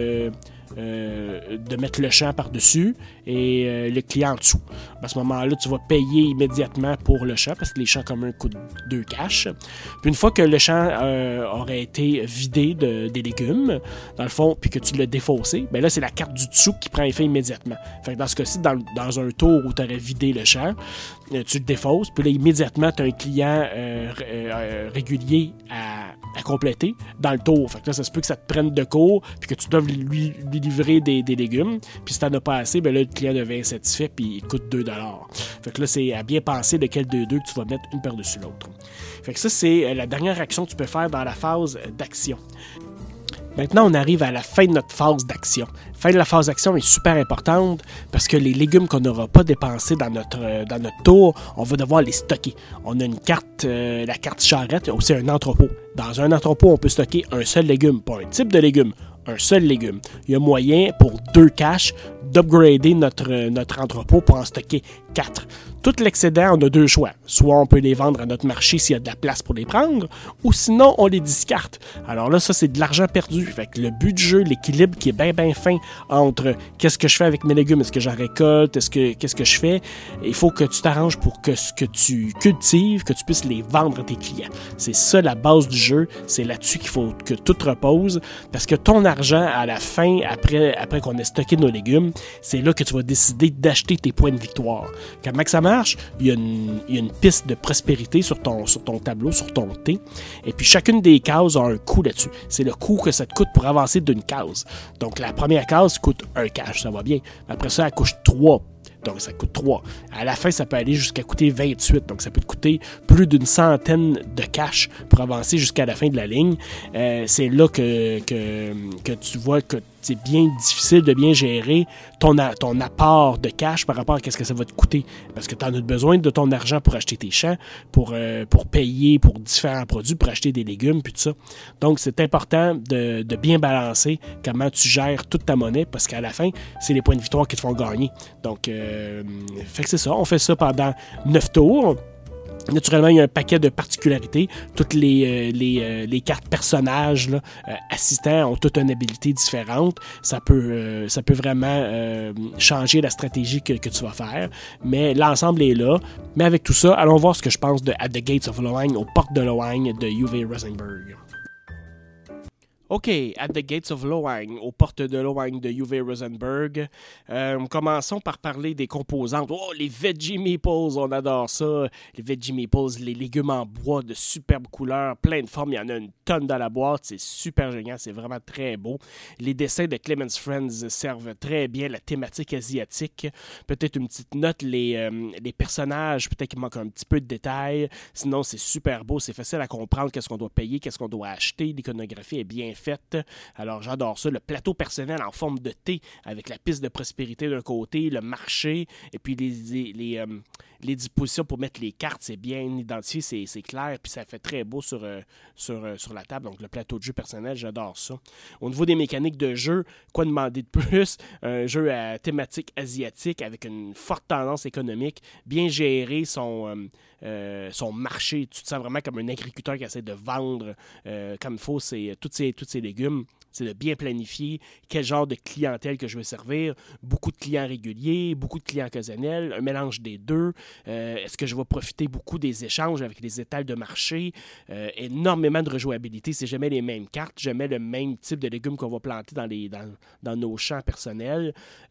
le champ par-dessus et le client en dessous. À ce moment-là, tu vas payer immédiatement pour le champ parce que les champs communs coûtent 2 cash. Puis une fois que le champ aurait été vidé des légumes, dans le fond, puis que tu l'as défaussé, bien là, c'est la carte du dessous qui prend effet immédiatement. Fait que dans ce cas-ci, dans un tour où tu aurais vidé le champ, tu le défausses, puis là, immédiatement, tu as un client régulier à compléter dans le tour. Fait que là, ça se peut que ça te prenne de court, puis que tu dois lui livrer des légumes, puis si t'en as pas assez, ben là, le client devient insatisfait, puis il coûte 2 $. Fait que là, c'est à bien penser lequel de deux que tu vas mettre une par-dessus l'autre. Fait que ça, c'est la dernière action que tu peux faire dans la phase d'action. Maintenant, on arrive à la fin de notre phase d'action. La fin de la phase d'action est super importante parce que les légumes qu'on n'aura pas dépensés dans notre tour, on va devoir les stocker. On a une carte, la carte charrette, aussi un entrepôt. Dans un entrepôt, on peut stocker un seul légume, pas un type de légume, un seul légume. Il y a moyen pour 2 cash d'upgrader notre entrepôt pour en stocker 4. Tout l'excédent, on a 2 choix. Soit on peut les vendre à notre marché s'il y a de la place pour les prendre, ou sinon on les discarte. Alors là, ça c'est de l'argent perdu. Fait que le but du jeu, l'équilibre qui est bien fin entre qu'est-ce que je fais avec mes légumes, est-ce que j'en récolte, qu'est-ce que je fais, il faut que tu t'arranges pour que ce que tu cultives, que tu puisses les vendre à tes clients. C'est ça la base du jeu, c'est là-dessus qu'il faut que tout repose, parce que ton argent à la fin, après qu'on ait stocké nos légumes, c'est là que tu vas décider d'acheter tes points de victoire. Comment que ça marche? Il y a une piste de prospérité sur ton tableau, sur ton T, et puis chacune des cases a un coût là-dessus. C'est le coût que ça te coûte pour avancer d'une case. Donc la première case coûte 1 cash, ça va bien. Après ça, elle coûte 3. Donc, ça coûte 3. À la fin, ça peut aller jusqu'à coûter 28. Donc, ça peut te coûter plus d'une centaine de cash pour avancer jusqu'à la fin de la ligne. C'est là que tu vois que c'est bien difficile de bien gérer ton apport de cash par rapport à ce que ça va te coûter. Parce que tu en as besoin de ton argent pour acheter tes champs, pour payer pour différents produits, pour acheter des légumes, puis tout ça. Donc, c'est important de bien balancer comment tu gères toute ta monnaie, parce qu'à la fin, c'est les points de victoire qui te font gagner. Donc, fait que c'est ça. On fait ça pendant 9 tours. Naturellement, il y a un paquet de particularités. Toutes les cartes personnages là, assistants ont toutes une habilité différente. Ça peut vraiment changer la stratégie que tu vas faire. Mais l'ensemble est là. Mais avec tout ça, allons voir ce que je pense de At the Gates of Loaing, aux portes de Loaing de Uwe Rosenberg. OK, At the Gates of Loaing, aux portes de Loaing de Uwe Rosenberg. Commençons par parler des composantes. Oh, les Veggie Meeples, on adore ça. Les Veggie Meeples, les légumes en bois de superbes couleurs, plein de formes. Il y en a une tonne dans la boîte. C'est super génial, c'est vraiment très beau. Les dessins de Clemens Friends servent très bien la thématique asiatique. Peut-être une petite note, les personnages, peut-être qu'il manque un petit peu de détails. Sinon, c'est super beau, c'est facile à comprendre qu'est-ce qu'on doit payer, qu'est-ce qu'on doit acheter. L'iconographie est bien faite. Alors, j'adore ça. Le plateau personnel en forme de T avec la piste de prospérité d'un côté, le marché, et puis les dispositions pour mettre les cartes, c'est bien identifié, c'est clair, puis ça fait très beau sur la table. Donc, le plateau de jeu personnel, j'adore ça. Au niveau des mécaniques de jeu, quoi demander de plus? Un jeu à thématique asiatique avec une forte tendance économique, bien gérer son marché. Tu te sens vraiment comme un agriculteur qui essaie de vendre comme il faut tous ces légumes. C'est de bien planifier quel genre de clientèle que je veux servir. Beaucoup de clients réguliers, beaucoup de clients occasionnels, un mélange des deux. Est-ce que je vais profiter beaucoup des échanges avec les étals de marché? Énormément de rejouabilité. C'est jamais les mêmes cartes, jamais le même type de légumes qu'on va planter dans nos champs personnels.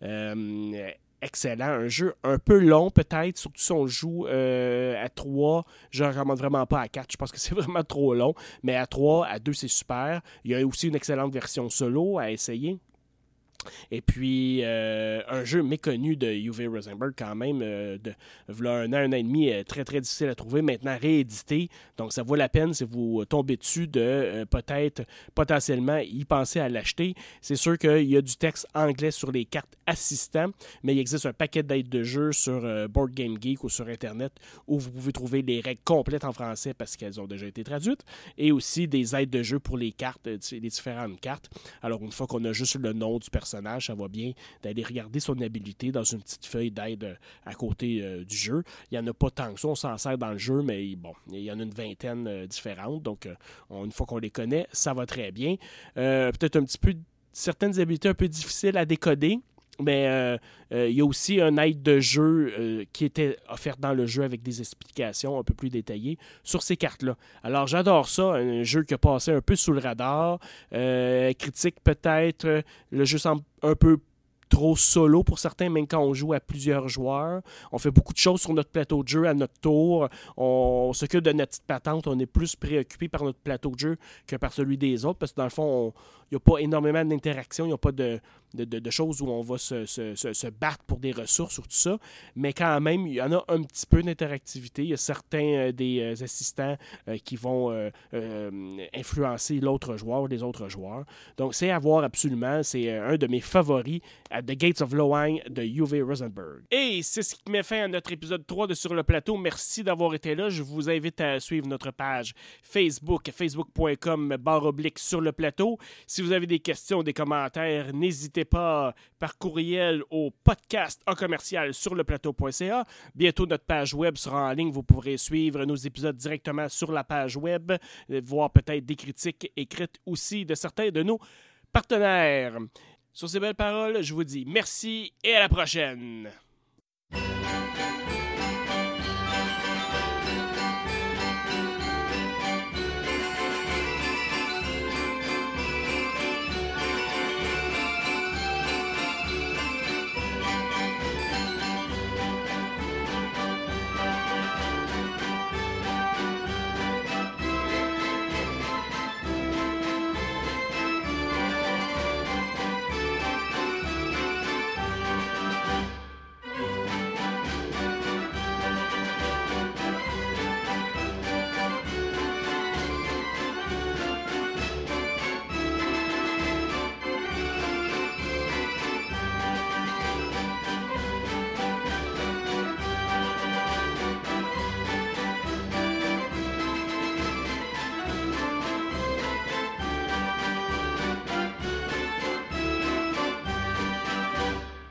Excellent. Un jeu un peu long peut-être, surtout si on le joue à 3. Je ne recommande vraiment pas à 4. Je pense que c'est vraiment trop long. Mais à 3, à 2, c'est super. Il y a aussi une excellente version solo à essayer. Et puis, un jeu méconnu de Uwe Rosenberg quand même, voilà un an et demi, très très difficile à trouver, maintenant réédité. Donc, ça vaut la peine si vous tombez dessus de peut-être potentiellement y penser à l'acheter. C'est sûr qu'il y a du texte anglais sur les cartes assistants, mais il existe un paquet d'aides de jeu sur Board Game Geek ou sur Internet où vous pouvez trouver les règles complètes en français parce qu'elles ont déjà été traduites et aussi des aides de jeu pour les cartes, les différentes cartes. Alors, une fois qu'on a juste le nom du personnage, ça va bien d'aller regarder son habilité dans une petite feuille d'aide à côté du jeu. Il n'y en a pas tant que ça, on s'en sert dans le jeu, mais bon, il y en a une vingtaine différentes, donc une fois qu'on les connaît, ça va très bien. Peut-être un petit peu, certaines habilités un peu difficiles à décoder, mais il y a aussi un aide de jeu qui était offert dans le jeu avec des explications un peu plus détaillées sur ces cartes-là. Alors, j'adore ça, un jeu qui a passé un peu sous le radar. Critique peut-être, le jeu semble un peu trop solo pour certains, même quand on joue à plusieurs joueurs. On fait beaucoup de choses sur notre plateau de jeu à notre tour. On s'occupe de notre petite patente. On est plus préoccupé par notre plateau de jeu que par celui des autres, parce que dans le fond, il n'y a pas énormément d'interaction, il n'y a pas de choses où on va se battre pour des ressources, sur tout ça, mais quand même, il y en a un petit peu d'interactivité. Il y a certains des assistants qui vont influencer l'autre joueur, les autres joueurs. Donc, c'est à voir absolument. C'est un de mes favoris, At the Gates of Loaing de Uwe Rosenberg. Et c'est ce qui met fin à notre épisode 3 de Sur le plateau. Merci d'avoir été là. Je vous invite à suivre notre page Facebook, facebook.com/sur le plateau. Si vous avez des questions, des commentaires, n'hésitez n'hésitez pas par courriel au podcast en commercial sur leplateau.ca. Bientôt, notre page web sera en ligne. Vous pourrez suivre nos épisodes directement sur la page web, voir peut-être des critiques écrites aussi de certains de nos partenaires. Sur ces belles paroles, je vous dis merci et à la prochaine.